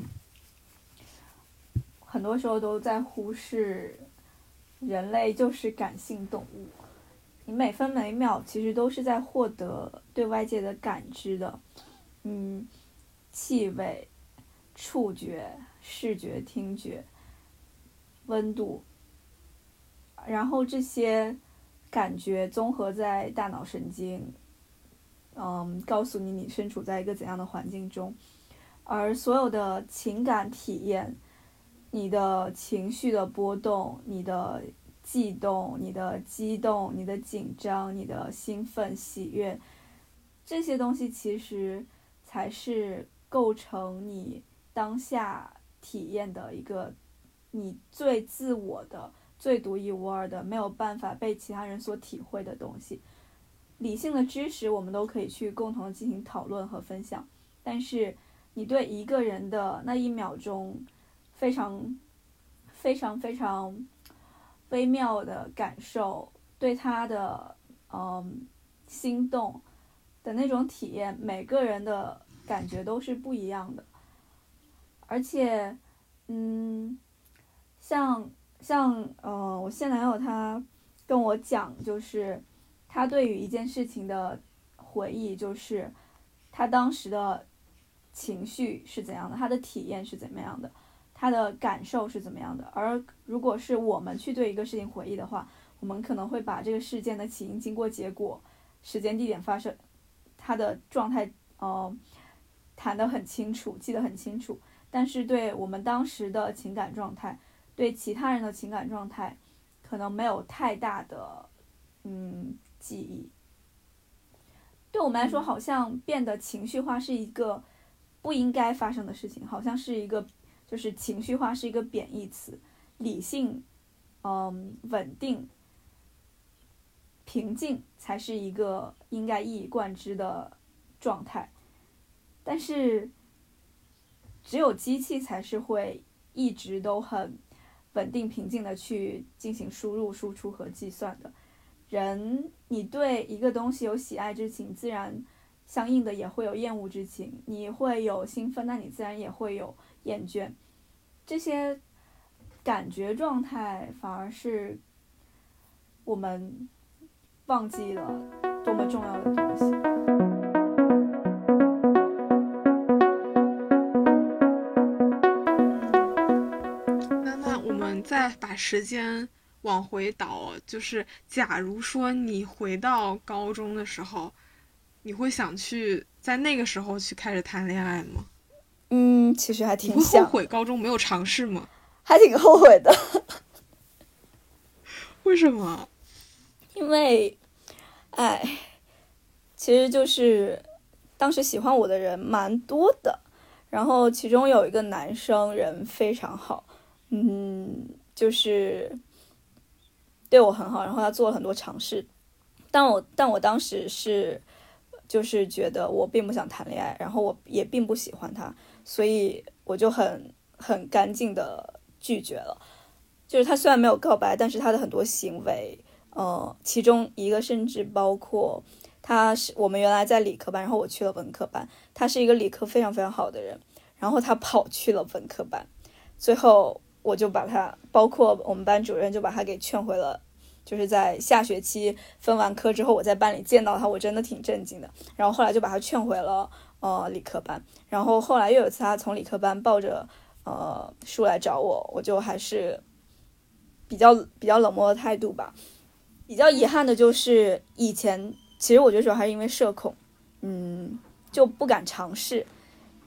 很多时候都在忽视，人类就是感性动物，你每分每秒其实都是在获得对外界的感知的，嗯，气味、触觉、视觉、听觉、温度，然后这些感觉综合在大脑神经，嗯，告诉你你身处在一个怎样的环境中，而所有的情感体验，你的情绪的波动，你的悸动，你的激动，你的紧张，你的兴奋、喜悦，这些东西其实才是构成你当下体验的一个你最自我的、最独一无二的，没有办法被其他人所体会的东西。理性的知识我们都可以去共同进行讨论和分享，但是你对一个人的那一秒钟非常非常非常微妙的感受，对他的嗯心动的那种体验，每个人的感觉都是不一样的。而且嗯像像呃我现男友他跟我讲，就是他对于一件事情的回忆，就是他当时的情绪是怎样的，他的体验是怎么样的，他的感受是怎么样的。而如果是我们去对一个事情回忆的话，我们可能会把这个事件的起因、经过、结果、时间、地点发生，他的状态呃谈得很清楚，记得很清楚。但是对我们当时的情感状态，对其他人的情感状态，可能没有太大的嗯记忆。对我们来说，好像变得情绪化是一个不应该发生的事情，好像是一个就是情绪化是一个贬义词，理性、嗯稳定、平静才是一个应该一以贯之的状态。但是只有机器才是会一直都很稳定平静的去进行输入、输出和计算的。人，你对一个东西有喜爱之情，自然相应的也会有厌恶之情，你会有兴奋，那你自然也会有厌倦。这些感觉状态反而是我们忘记了多么重要的东西。 那那我们再把时间往回倒，就是假如说你回到高中的时候，你会想去在那个时候去开始谈恋爱吗？ 嗯，其实还挺想。 你会后悔高中没有尝试吗？ 还挺后悔的。 为什么？ 因为，哎，其实就是当时喜欢我的人蛮多的，然后其中有一个男生人非常好，嗯，就是对我很好，然后他做了很多尝试，但我但我当时是就是觉得我并不想谈恋爱，然后我也并不喜欢他，所以我就很很干净的拒绝了。就是他虽然没有告白，但是他的很多行为，呃，其中一个甚至包括他是我们原来在理科班，然后我去了文科班，他是一个理科非常非常好的人，然后他跑去了文科班，最后我就把他，包括我们班主任就把他给劝回了。就是在下学期分完科之后，我在班里见到他，我真的挺震惊的。然后后来就把他劝回了呃理科班。然后后来又有一次他从理科班抱着呃书来找我，我就还是比较比较冷漠的态度吧。比较遗憾的就是以前，其实我觉得主要还是因为社恐，嗯，就不敢尝试。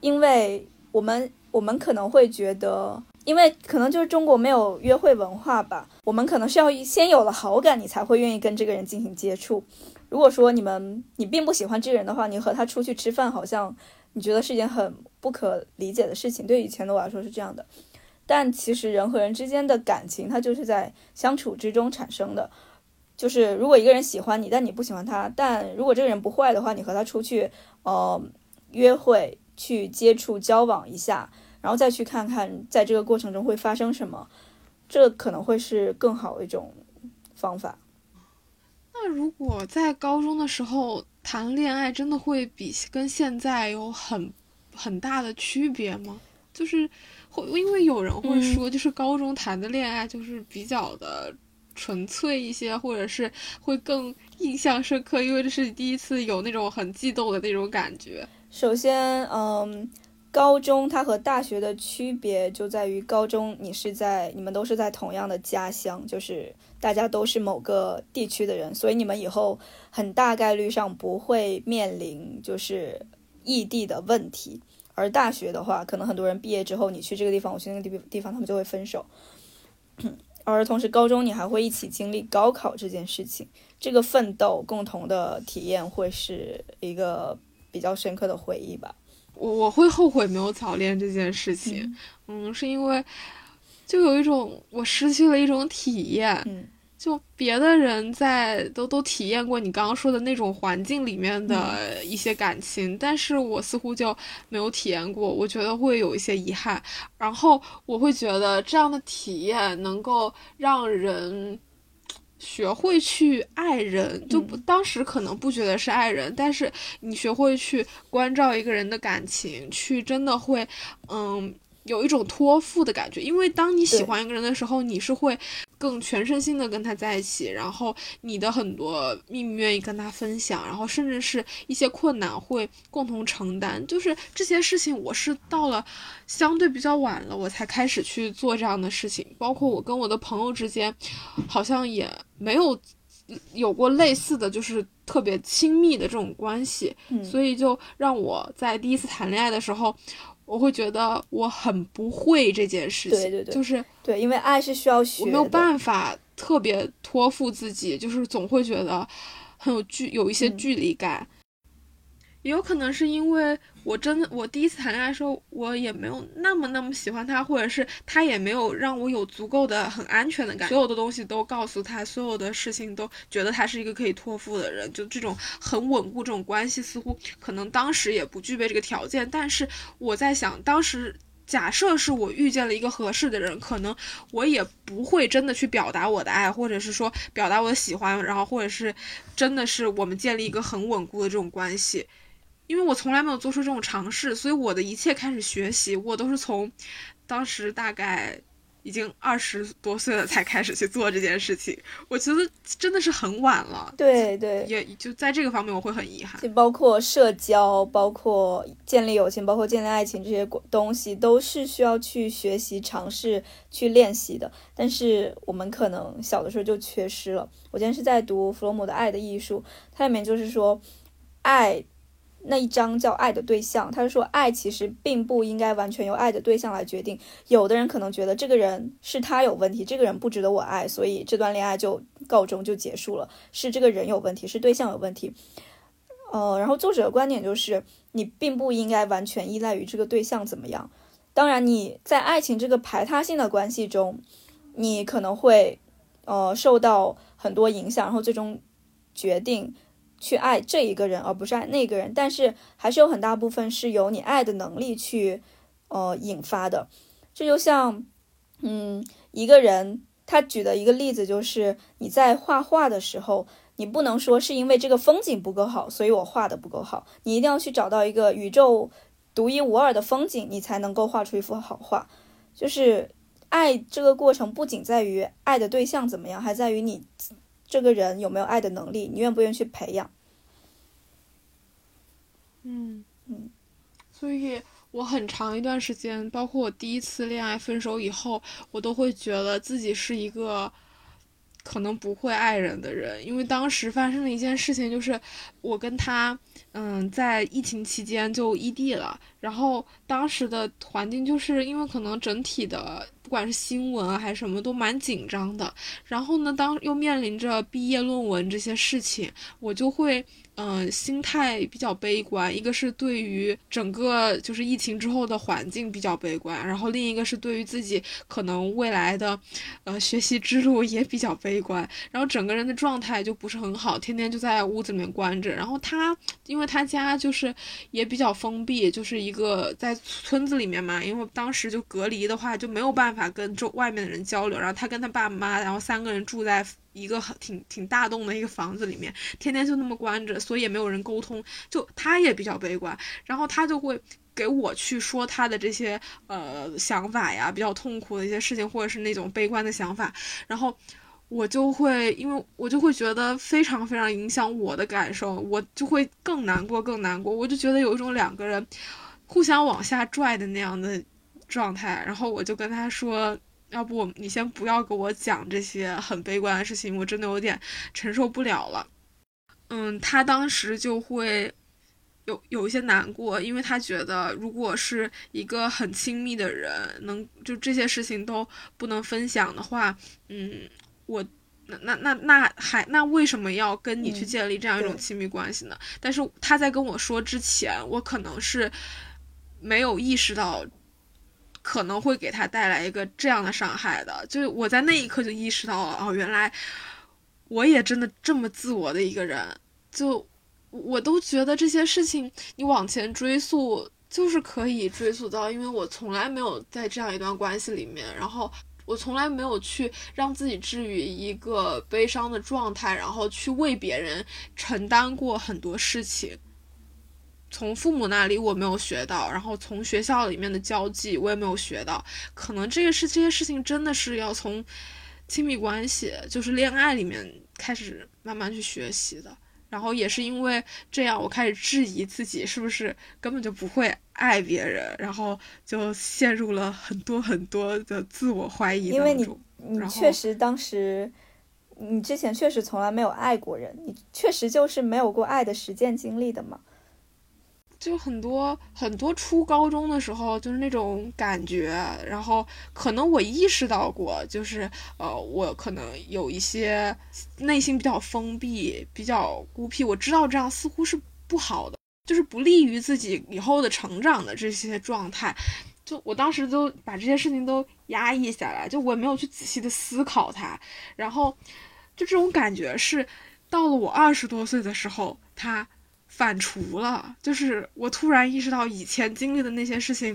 因为我们我们可能会觉得，因为可能就是中国没有约会文化吧，我们可能是要先有了好感，你才会愿意跟这个人进行接触。如果说你们你并不喜欢这个人的话，你和他出去吃饭，好像你觉得是一件很不可理解的事情。对以前的我来说是这样的，但其实人和人之间的感情，它就是在相处之中产生的。就是如果一个人喜欢你，但你不喜欢他，但如果这个人不坏的话，你和他出去，呃，约会，去接触、交往一下，然后再去看看在这个过程中会发生什么，这可能会是更好的一种方法。 那如果在高中的时候谈恋爱，真的会比跟现在有很很大的区别吗？就是会，因为有人会说，就是高中谈的恋爱就是比较的纯粹一些，或者是会更印象深刻，因为这是第一次有那种很悸动的那种感觉。 首先，嗯，高中它和大学的区别就在于，高中你是在你们都是在同样的家乡，就是大家都是某个地区的人，所以你们以后很大概率上不会面临就是异地的问题。而大学的话，可能很多人毕业之后，你去这个地方，我去那个地方，他们就会分手。而同时高中你还会一起经历高考这件事情，这个奋斗共同的体验会是一个比较深刻的回忆吧。 我我会后悔没有早恋这件事情，嗯, 嗯是因为就有一种我失去了一种体验， 嗯， 就别的人在都都体验过你刚刚说的那种环境里面的一些感情，嗯，但是我似乎就没有体验过，我觉得会有一些遗憾。然后我会觉得这样的体验能够让人学会去爱人，就不当时可能不觉得是爱人，但是你学会去关照一个人的感情，去真的会嗯有一种托付的感觉。因为当你喜欢一个人的时候，你是会更全身心的跟他在一起，然后你的很多秘密愿意跟他分享，然后甚至是一些困难会共同承担。就是这些事情我是到了相对比较晚了我才开始去做这样的事情，包括我跟我的朋友之间好像也没有有过类似的就是特别亲密的这种关系， 嗯， 所以就让我在第一次谈恋爱的时候，我会觉得我很不会这件事情。 对对对， 就是对，因为爱是需要学的， 我没有办法特别托付自己，就是总会觉得很有距有一些距离感。嗯，也有可能是因为我真的我第一次谈恋爱的时候，我也没有那么那么喜欢他，或者是他也没有让我有足够的很安全的感觉，所有的东西都告诉他，所有的事情都觉得他是一个可以托付的人，就这种很稳固这种关系似乎可能当时也不具备这个条件。但是我在想，当时假设是我遇见了一个合适的人，可能我也不会真的去表达我的爱，或者是说表达我的喜欢，然后或者是真的是我们建立一个很稳固的这种关系。因为我从来没有做出这种尝试，所以我的一切开始学习，我都是从当时大概已经二十多岁了才开始去做这件事情。我觉得真的是很晚了。 对对， 也就在这个方面我会很遗憾。 就包括社交，包括建立友情，包括建立爱情，这些东西都是需要去学习、尝试、去练习的。但是我们可能小的时候就缺失了。我今天是在读弗洛姆的《爱的艺术》，它里面就是说，爱那一章叫爱的对象，他是说爱其实并不应该完全由爱的对象来决定。有的人可能觉得这个人是他有问题，这个人不值得我爱，所以这段恋爱就告终就结束了，是这个人有问题，是对象有问题。呃，然后作者的观点就是你并不应该完全依赖于这个对象怎么样。当然你在爱情这个排他性的关系中，你可能会呃受到很多影响，然后最终决定去爱这一个人而不是爱那个人，但是还是有很大部分是由你爱的能力去呃引发的。这就像嗯一个人他举的一个例子就是你在画画的时候，你不能说是因为这个风景不够好所以我画的不够好，你一定要去找到一个宇宙独一无二的风景，你才能够画出一幅好画。就是爱这个过程不仅在于爱的对象怎么样，还在于你这个人有没有爱的能力，你愿不愿意去培养。 嗯嗯，所以我很长一段时间，包括我第一次恋爱分手以后，我都会觉得自己是一个可能不会爱人的人。因为当时发生了一件事情，就是我跟他嗯在疫情期间就异地了，然后当时的环境就是因为可能整体的不管是新闻啊还是什么都蛮紧张的，然后呢当又面临着毕业论文这些事情，我就会嗯、呃，心态比较悲观。一个是对于整个就是疫情之后的环境比较悲观，然后另一个是对于自己可能未来的呃学习之路也比较悲观，然后整个人的状态就不是很好，天天就在屋子里面关着。然后他因为他家就是也比较封闭，就是一个在村子里面嘛，因为当时就隔离的话就没有办法跟周外面的人交流，然后他跟他爸妈然后三个人住在一个挺挺大栋的一个房子里面，天天就那么关着，所以也没有人沟通，就他也比较悲观，然后他就会给我去说他的这些呃想法呀，比较痛苦的一些事情，或者是那种悲观的想法，然后我就会因为我就会觉得非常非常影响我的感受，我就会更难过更难过，我就觉得有一种两个人互相往下拽的那样的状态。然后我就跟他说，要不你先不要给我讲这些很悲观的事情，我真的有点承受不了了。嗯，他当时就会有有一些难过，因为他觉得如果是一个很亲密的人，能就这些事情都不能分享的话，嗯，我那那那那还那为什么要跟你去建立这样一种亲密关系呢？嗯、但是他在跟我说之前，我可能是没有意识到可能会给他带来一个这样的伤害的，就是我在那一刻就意识到了，哦，原来我也真的这么自我的一个人，就我都觉得这些事情你往前追溯就是可以追溯到，因为我从来没有在这样一段关系里面，然后我从来没有去让自己置于一个悲伤的状态，然后去为别人承担过很多事情。从父母那里我没有学到，然后从学校里面的交际我也没有学到，可能这个是这些事情真的是要从亲密关系就是恋爱里面开始慢慢去学习的。然后也是因为这样我开始质疑自己是不是根本就不会爱别人，然后就陷入了很多很多的自我怀疑当中。 因为你你确实当时你之前确实从来没有爱过人，你确实就是没有过爱的实践经历的嘛。 就很多很多初高中的时候就是那种感觉，然后可能我意识到过，就是呃我可能有一些内心比较封闭比较孤僻，我知道这样似乎是不好的，就是不利于自己以后的成长的这些状态，就我当时都把这些事情都压抑下来，就我也没有去仔细的思考它，然后就这种感觉是到了我二十多岁的时候它反刍了，就是我突然意识到以前经历的那些事情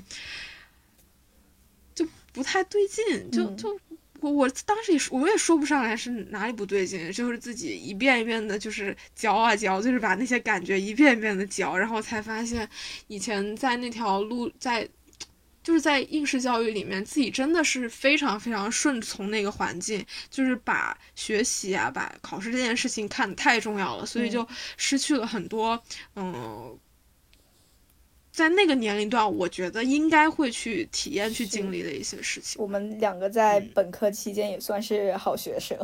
就不太对劲，就就我我当时也我也说不上来是哪里不对劲，就是自己一遍一遍的就是嚼啊嚼，就是把那些感觉一遍一遍的嚼，然后才发现以前在那条路在就是在应试教育里面自己真的是非常非常顺从那个环境，就是把学习啊把考试这件事情看得太重要了，所以就失去了很多嗯在那个年龄段我觉得应该会去体验去经历的一些事情。 我们两个在本科期间也算是好学生、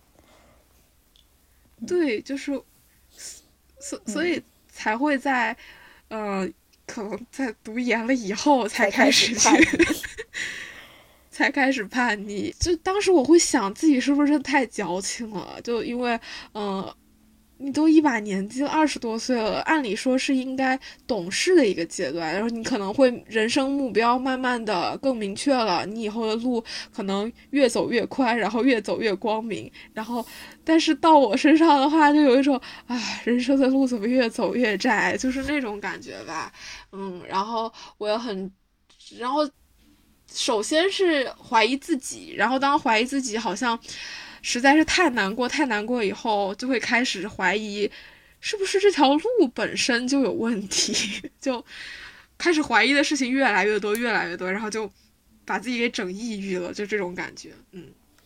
嗯、对，就是所所以才会在呃可能在读研了以后才开始去才开始叛逆。就当时我会想自己是不是太矫情了，就因为嗯、呃你都一把年纪了，二十多岁了，按理说是应该懂事的一个阶段，然后你可能会人生目标慢慢的更明确了，你以后的路可能越走越宽，然后越走越光明，然后但是到我身上的话就有一种啊，人生的路怎么越走越窄，就是那种感觉吧。嗯，然后我也很然后首先是怀疑自己，然后当怀疑自己好像实在是太难过太难过以后，就会开始怀疑是不是这条路本身就有问题，就开始怀疑的事情越来越多越来越多，然后就把自己给整抑郁了，就这种感觉。嗯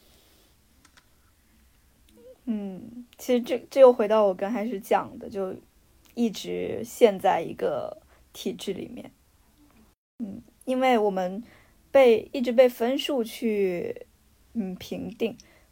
嗯，其实这这又回到我刚开始讲的，就一直陷在一个体制里面。嗯，因为我们被一直被分数去嗯评定，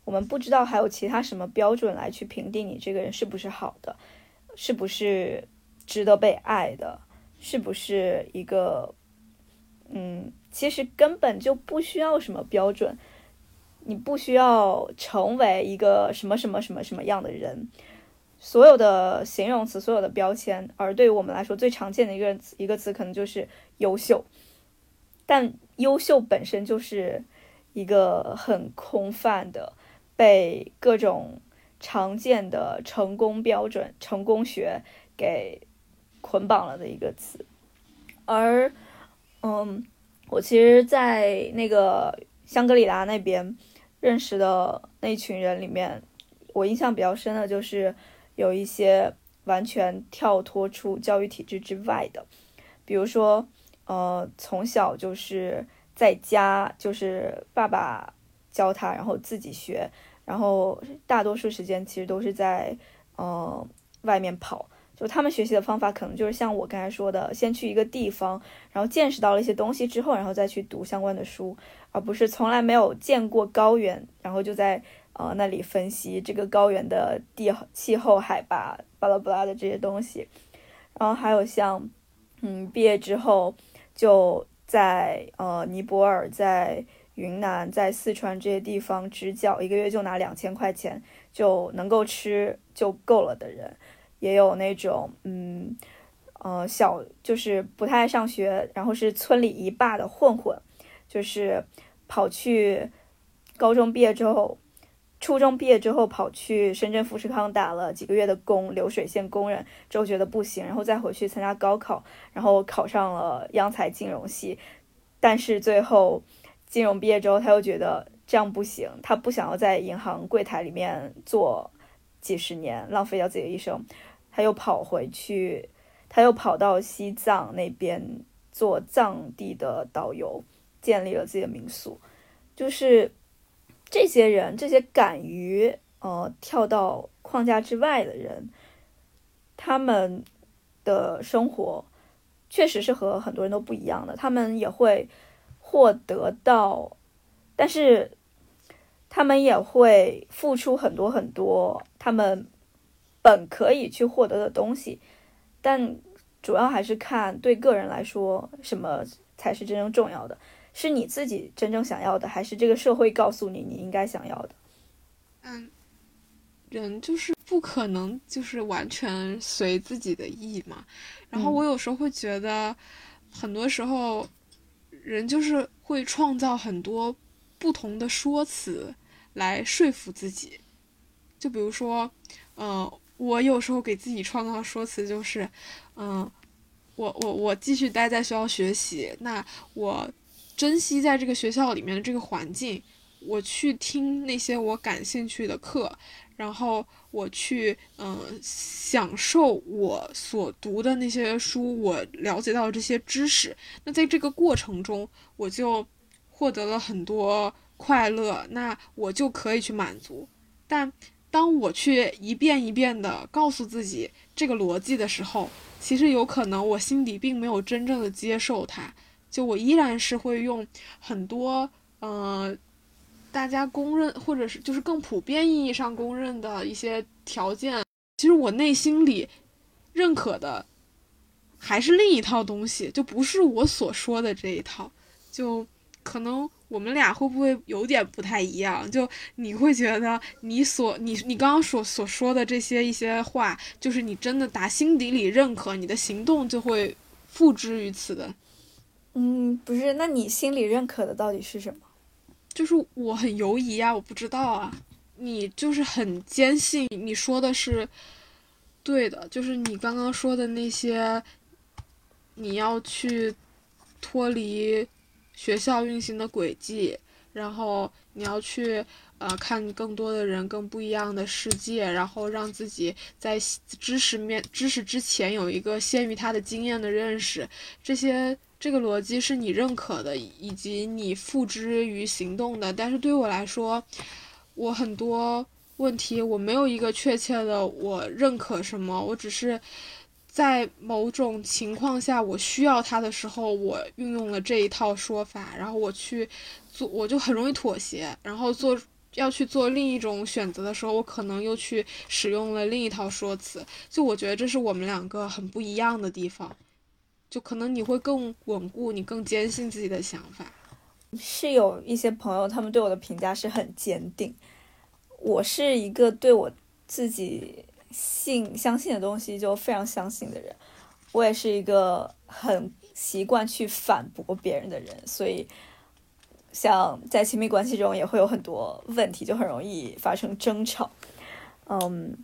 我们不知道还有其他什么标准来去评定你这个人是不是好的，是不是值得被爱的，是不是一个嗯，其实根本就不需要什么标准，你不需要成为一个什么什么什么什么样的人，所有的形容词，所有的标签，而对于我们来说最常见的一个一个词可能就是优秀，但优秀本身就是一个很空泛的，被各种常见的成功标准、成功学给捆绑了的一个词。而嗯，我其实在那个香格里拉那边认识的那群人里面，我印象比较深的就是有一些完全跳脱出教育体制之外的，比如说呃，从小就是在家，就是爸爸教他，然后自己学，然后大多数时间其实都是在呃外面跑。就他们学习的方法可能就是像我刚才说的，先去一个地方，然后见识到了一些东西之后，然后再去读相关的书，而不是从来没有见过高原，然后就在呃那里分析这个高原的地气候、海拔巴拉巴拉的这些东西。然后还有像嗯毕业之后就在呃尼泊尔、在云南、在四川这些地方支教，一个月就拿两千块钱就能够吃就够了的人。也有那种嗯呃小就是不太爱上学，然后是村里一霸的混混，就是跑去高中毕业之后，初中毕业之后跑去深圳富士康打了几个月的工，流水线工人之后觉得不行，然后再回去参加高考，然后考上了央财金融系，但是最后金融毕业之后他又觉得这样不行，他不想要在银行柜台里面做几十年，浪费掉自己的一生。他又跑回去，他又跑到西藏那边做藏地的导游，建立了自己的民宿。就是这些人，这些敢于呃跳到框架之外的人，他们的生活确实是和很多人都不一样的。他们也会获得到，但是他们也会付出很多很多，他们本可以去获得的东西，但主要还是看对个人来说什么才是真正重要的，是你自己真正想要的，还是这个社会告诉你你应该想要的。 嗯，人就是不可能就是完全随自己的意嘛，然后我有时候会觉得很多时候人就是会创造很多不同的说辞来说服自己，就比如说呃我有时候给自己创造说辞就是，嗯，我我我继续待在学校学习，那我珍惜在这个学校里面的这个环境，我去听那些我感兴趣的课，然后我去嗯、呃、享受我所读的那些书，我了解到这些知识，那在这个过程中我就获得了很多快乐，那我就可以去满足。但当我去一遍一遍的告诉自己这个逻辑的时候，其实有可能我心底并没有真正的接受它，就我依然是会用很多呃大家公认或者是就是更普遍意义上公认的一些条件，其实我内心里认可的还是另一套东西，就不是我所说的这一套。就可能我们俩会不会有点不太一样，就你会觉得你所你你刚刚所所说的这些一些话，就是你真的打心底里认可，你的行动就会付之于此的。 嗯，不是，那你心里认可的到底是什么？ 就是我很犹疑啊，我不知道啊。你就是很坚信你说的是对的，就是你刚刚说的那些，你要去脱离学校运行的轨迹，然后你要去呃看更多的人，更不一样的世界，然后让自己在知识面知识之前有一个先于他的经验的认识，这些这个逻辑是你认可的，以及你付之于行动的。但是对于我来说，我很多问题我没有一个确切的我认可什么，我只是在某种情况下我需要它的时候，我运用了这一套说法，然后我去做，我就很容易妥协，然后做要去做另一种选择的时候，我可能又去使用了另一套说辞。就我觉得这是我们两个很不一样的地方，就可能你会更稳固，你更坚信自己的想法。 是有一些朋友他们对我的评价是很坚定，我是一个对我自己信相信的东西就非常相信的人，我也是一个很习惯去反驳别人的人，所以像在亲密关系中也会有很多问题，就很容易发生争吵。嗯，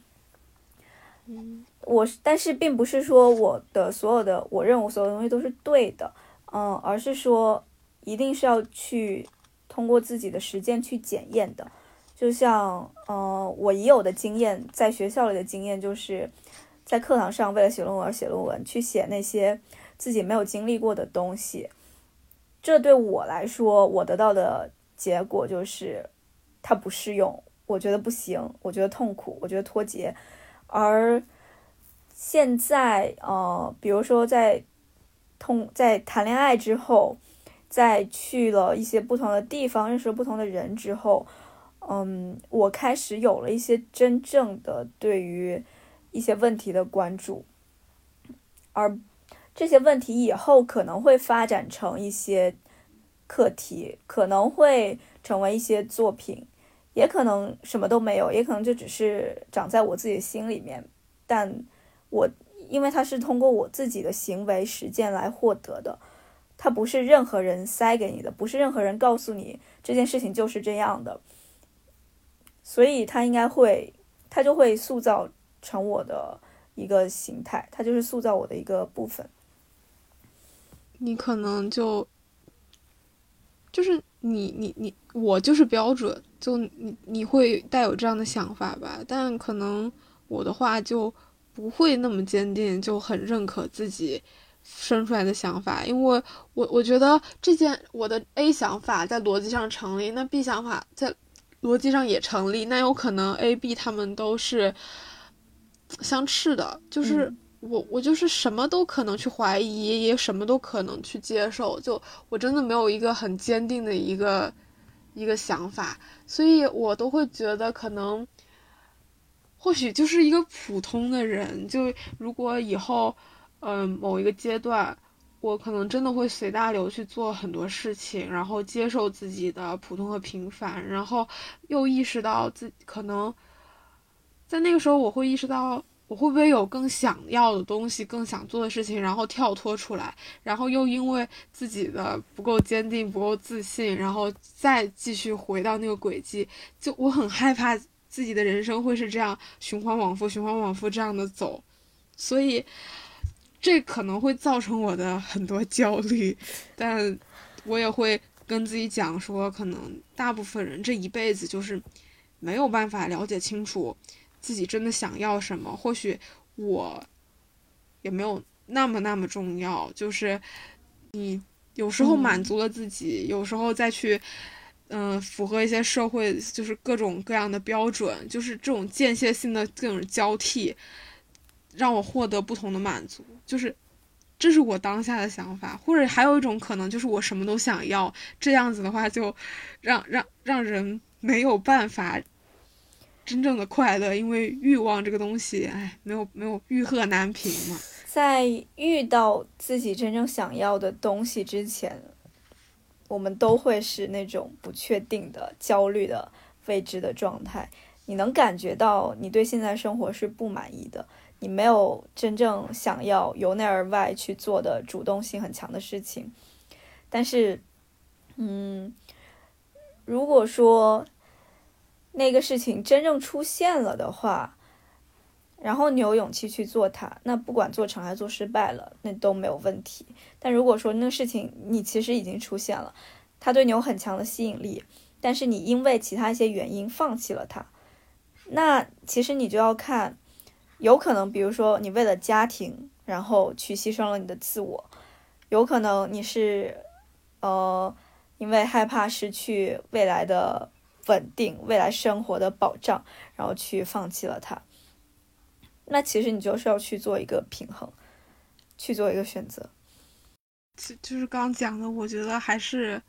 我但是并不是说我的所有的我认为我所有的东西都是对的，嗯，而是说一定是要去通过自己的实践去检验的。就像呃我已有的经验，在学校里的经验就是在课堂上为了写论文而写论文，去写那些自己没有经历过的东西，这对我来说我得到的结果就是它不适用，我觉得不行，我觉得痛苦，我觉得脱节。而现在呃比如说在通在谈恋爱之后，在去了一些不同的地方，认识了不同的人之后，嗯，我开始有了一些真正的对于一些问题的关注，而这些问题以后可能会发展成一些课题，可能会成为一些作品，也可能什么都没有，也可能就只是长在我自己的心里面，但我因为它是通过我自己的行为实践来获得的，它不是任何人塞给你的，不是任何人告诉你这件事情就是这样的，所以它应该会，它就会塑造成我的一个形态，它就是塑造我的一个部分。 你可能就就是你你你我就是标准，就你你会带有这样的想法吧，但可能我的话就不会那么坚定，就很认可自己生出来的想法，因为我我觉得这件我的 A 想法在逻辑上成立，那 B 想法在逻辑上也成立，那有可能 A、B 他们都是相斥的，就是、嗯、我我就是什么都可能去怀疑，也什么都可能去接受，就我真的没有一个很坚定的一个一个想法，所以我都会觉得可能或许就是一个普通的人，就如果以后嗯、呃、某一个阶段我可能真的会随大流去做很多事情，然后接受自己的普通和平凡，然后又意识到自己可能在那个时候我会意识到我会不会有更想要的东西，更想做的事情，然后跳脱出来，然后又因为自己的不够坚定不够自信，然后再继续回到那个轨迹，就我很害怕自己的人生会是这样循环往复循环往复这样的走，所以这可能会造成我的很多焦虑，但我也会跟自己讲说，可能大部分人这一辈子就是没有办法了解清楚自己真的想要什么，或许我也没有那么那么重要，就是你有时候满足了自己、嗯、有时候再去嗯、呃，符合一些社会就是各种各样的标准，就是这种间歇性的这种交替让我获得不同的满足，就是这是我当下的想法。或者还有一种可能就是我什么都想要，这样子的话就让让让人没有办法真正的快乐，因为欲望这个东西，哎，没有没有欲壑难平嘛。 在遇到自己真正想要的东西之前，我们都会是那种不确定的、焦虑的、未知的状态。你能感觉到你对现在生活是不满意的，你没有真正想要由内而外去做的主动性很强的事情。但是，嗯，如果说那个事情真正出现了的话，然后你有勇气去做它，那不管做成还是做失败了，那都没有问题。但如果说那个事情你其实已经出现了，它对你有很强的吸引力，但是你因为其他一些原因放弃了它，那其实你就要看，有可能比如说你为了家庭然后去牺牲了你的自我，有可能你是呃因为害怕失去未来的稳定、未来生活的保障，然后去放弃了它。那其实你就是要去做一个平衡，去做一个选择。 就是刚讲的，我觉得还是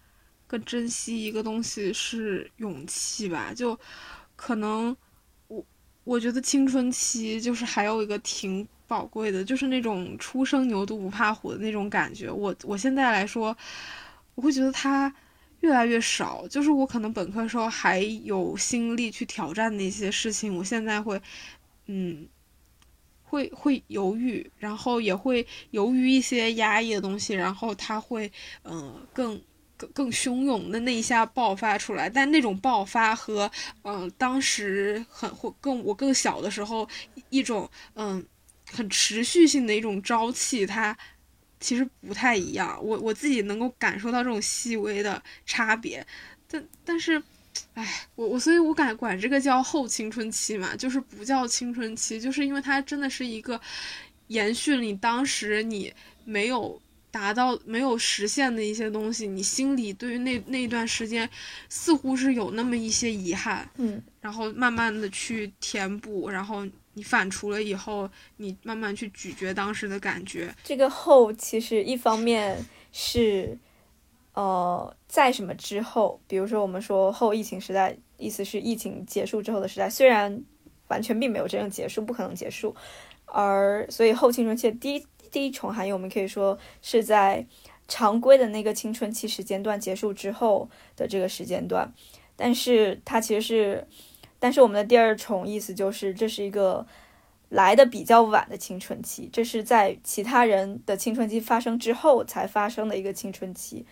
更珍惜一个东西是勇气吧。就可能我我觉得青春期就是还有一个挺宝贵的，就是那种初生牛犊不怕虎的那种感觉。我我现在来说，我会觉得它越来越少。就是我可能本科时候还有心力去挑战那些事情，我现在会嗯会会犹豫，然后也会由于一些压抑的东西，然后它会嗯、呃、更更更汹涌的那一下爆发出来。但那种爆发和嗯、呃、当时很或更我更小的时候一种嗯很持续性的一种朝气，它其实不太一样。我我自己能够感受到这种细微的差别，但但是。哎，我我所以，我敢管这个叫后青春期嘛，就是不叫青春期，就是因为它真的是一个延续你当时你没有达到、没有实现的一些东西，你心里对于那那段时间似乎是有那么一些遗憾， 嗯， 然后慢慢的去填补，然后你反刍了以后，你慢慢去咀嚼当时的感觉。 这个后其实一方面是。呃，在什么之后，比如说我们说后疫情时代，意思是疫情结束之后的时代，虽然完全并没有真正结束，不可能结束，而所以后青春期的第一第一重含义，我们可以说是在常规的那个青春期时间段结束之后的这个时间段，但是它其实是，但是我们的第二重意思就是这是一个来的比较晚的青春期，这是在其他人的青春期发生之后才发生的一个青春期。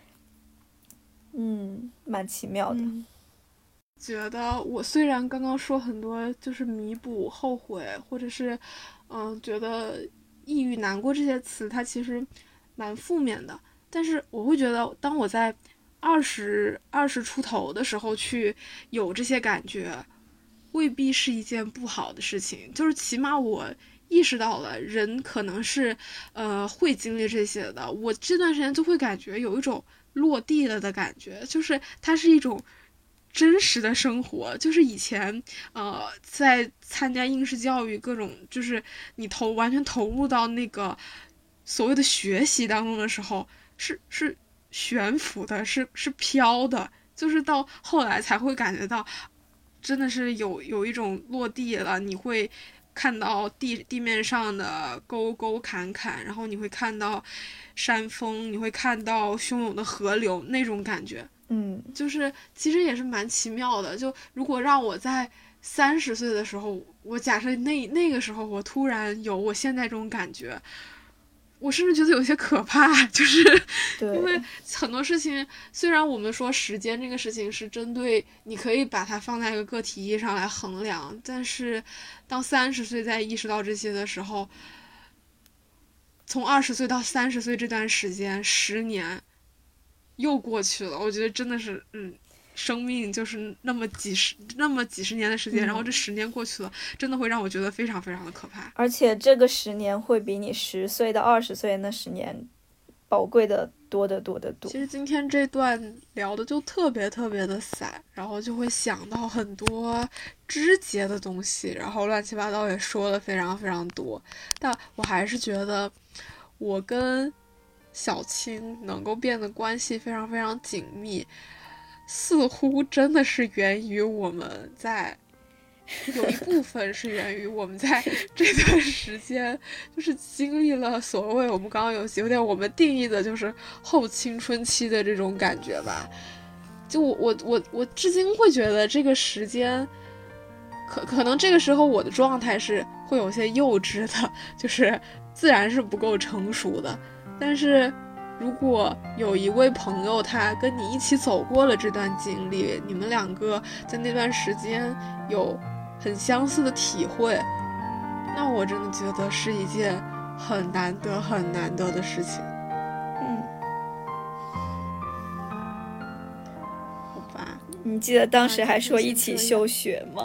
嗯，蛮奇妙的。 嗯，觉得我虽然刚刚说很多就是弥补、后悔，或者是嗯、呃、觉得抑郁、难过这些词，它其实蛮负面的。但是我会觉得，当我在二十二十出头的时候去有这些感觉，未必是一件不好的事情。就是起码我意识到了，人可能是呃会经历这些的。我这段时间就会感觉有一种落地了的感觉，就是它是一种真实的生活。就是以前呃在参加应试教育各种，就是你投完全投入到那个所谓的学习当中的时候，是是悬浮的，是是飘的，就是到后来才会感觉到真的是有有一种落地了。你会看到地地面上的沟沟坎坎，然后你会看到山峰，你会看到汹涌的河流，那种感觉， 嗯， 就是其实也是蛮奇妙的。就如果让我在三十岁的时候，我假设那那个时候我突然有我现在这种感觉，我甚至觉得有些可怕。就是因为很多事情，虽然我们说时间这个事情是针对你可以把它放在一个个体意义上来衡量，但是当三十岁在意识到这些的时候，从二十岁到三十岁这段时间，十年又过去了。我觉得真的是，嗯，生命就是那么几十那么几十年的时间，嗯、然后这十年过去了，真的会让我觉得非常非常的可怕。 而且这个十年会比你十岁到二十岁那十年宝贵的多得多得多。 其实今天这段聊的就特别特别的散，然后就会想到很多枝节的东西，然后乱七八糟也说了非常非常多。但我还是觉得我跟小青能够变得关系非常非常紧密，似乎真的是源于我们在有一部分是源于我们在这段时间就是经历了所谓我们刚刚有有点我们定义的就是后青春期的这种感觉吧。就我我我我至今会觉得这个时间可可能这个时候我的状态是会有些幼稚的，就是自然是不够成熟的。但是如果有一位朋友他跟你一起走过了这段经历，你们两个在那段时间有很相似的体会，那我真的觉得是一件很难得很难得的事情。 嗯， 好吧。 你记得当时还说一起休学吗？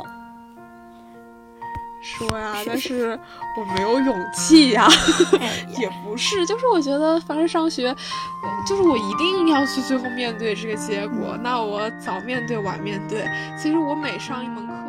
说呀，但是我没有勇气呀。也不是，就是我觉得反正上学就是我一定要去最后面对这个结果，那我早面对晚面对，其实我每上一门课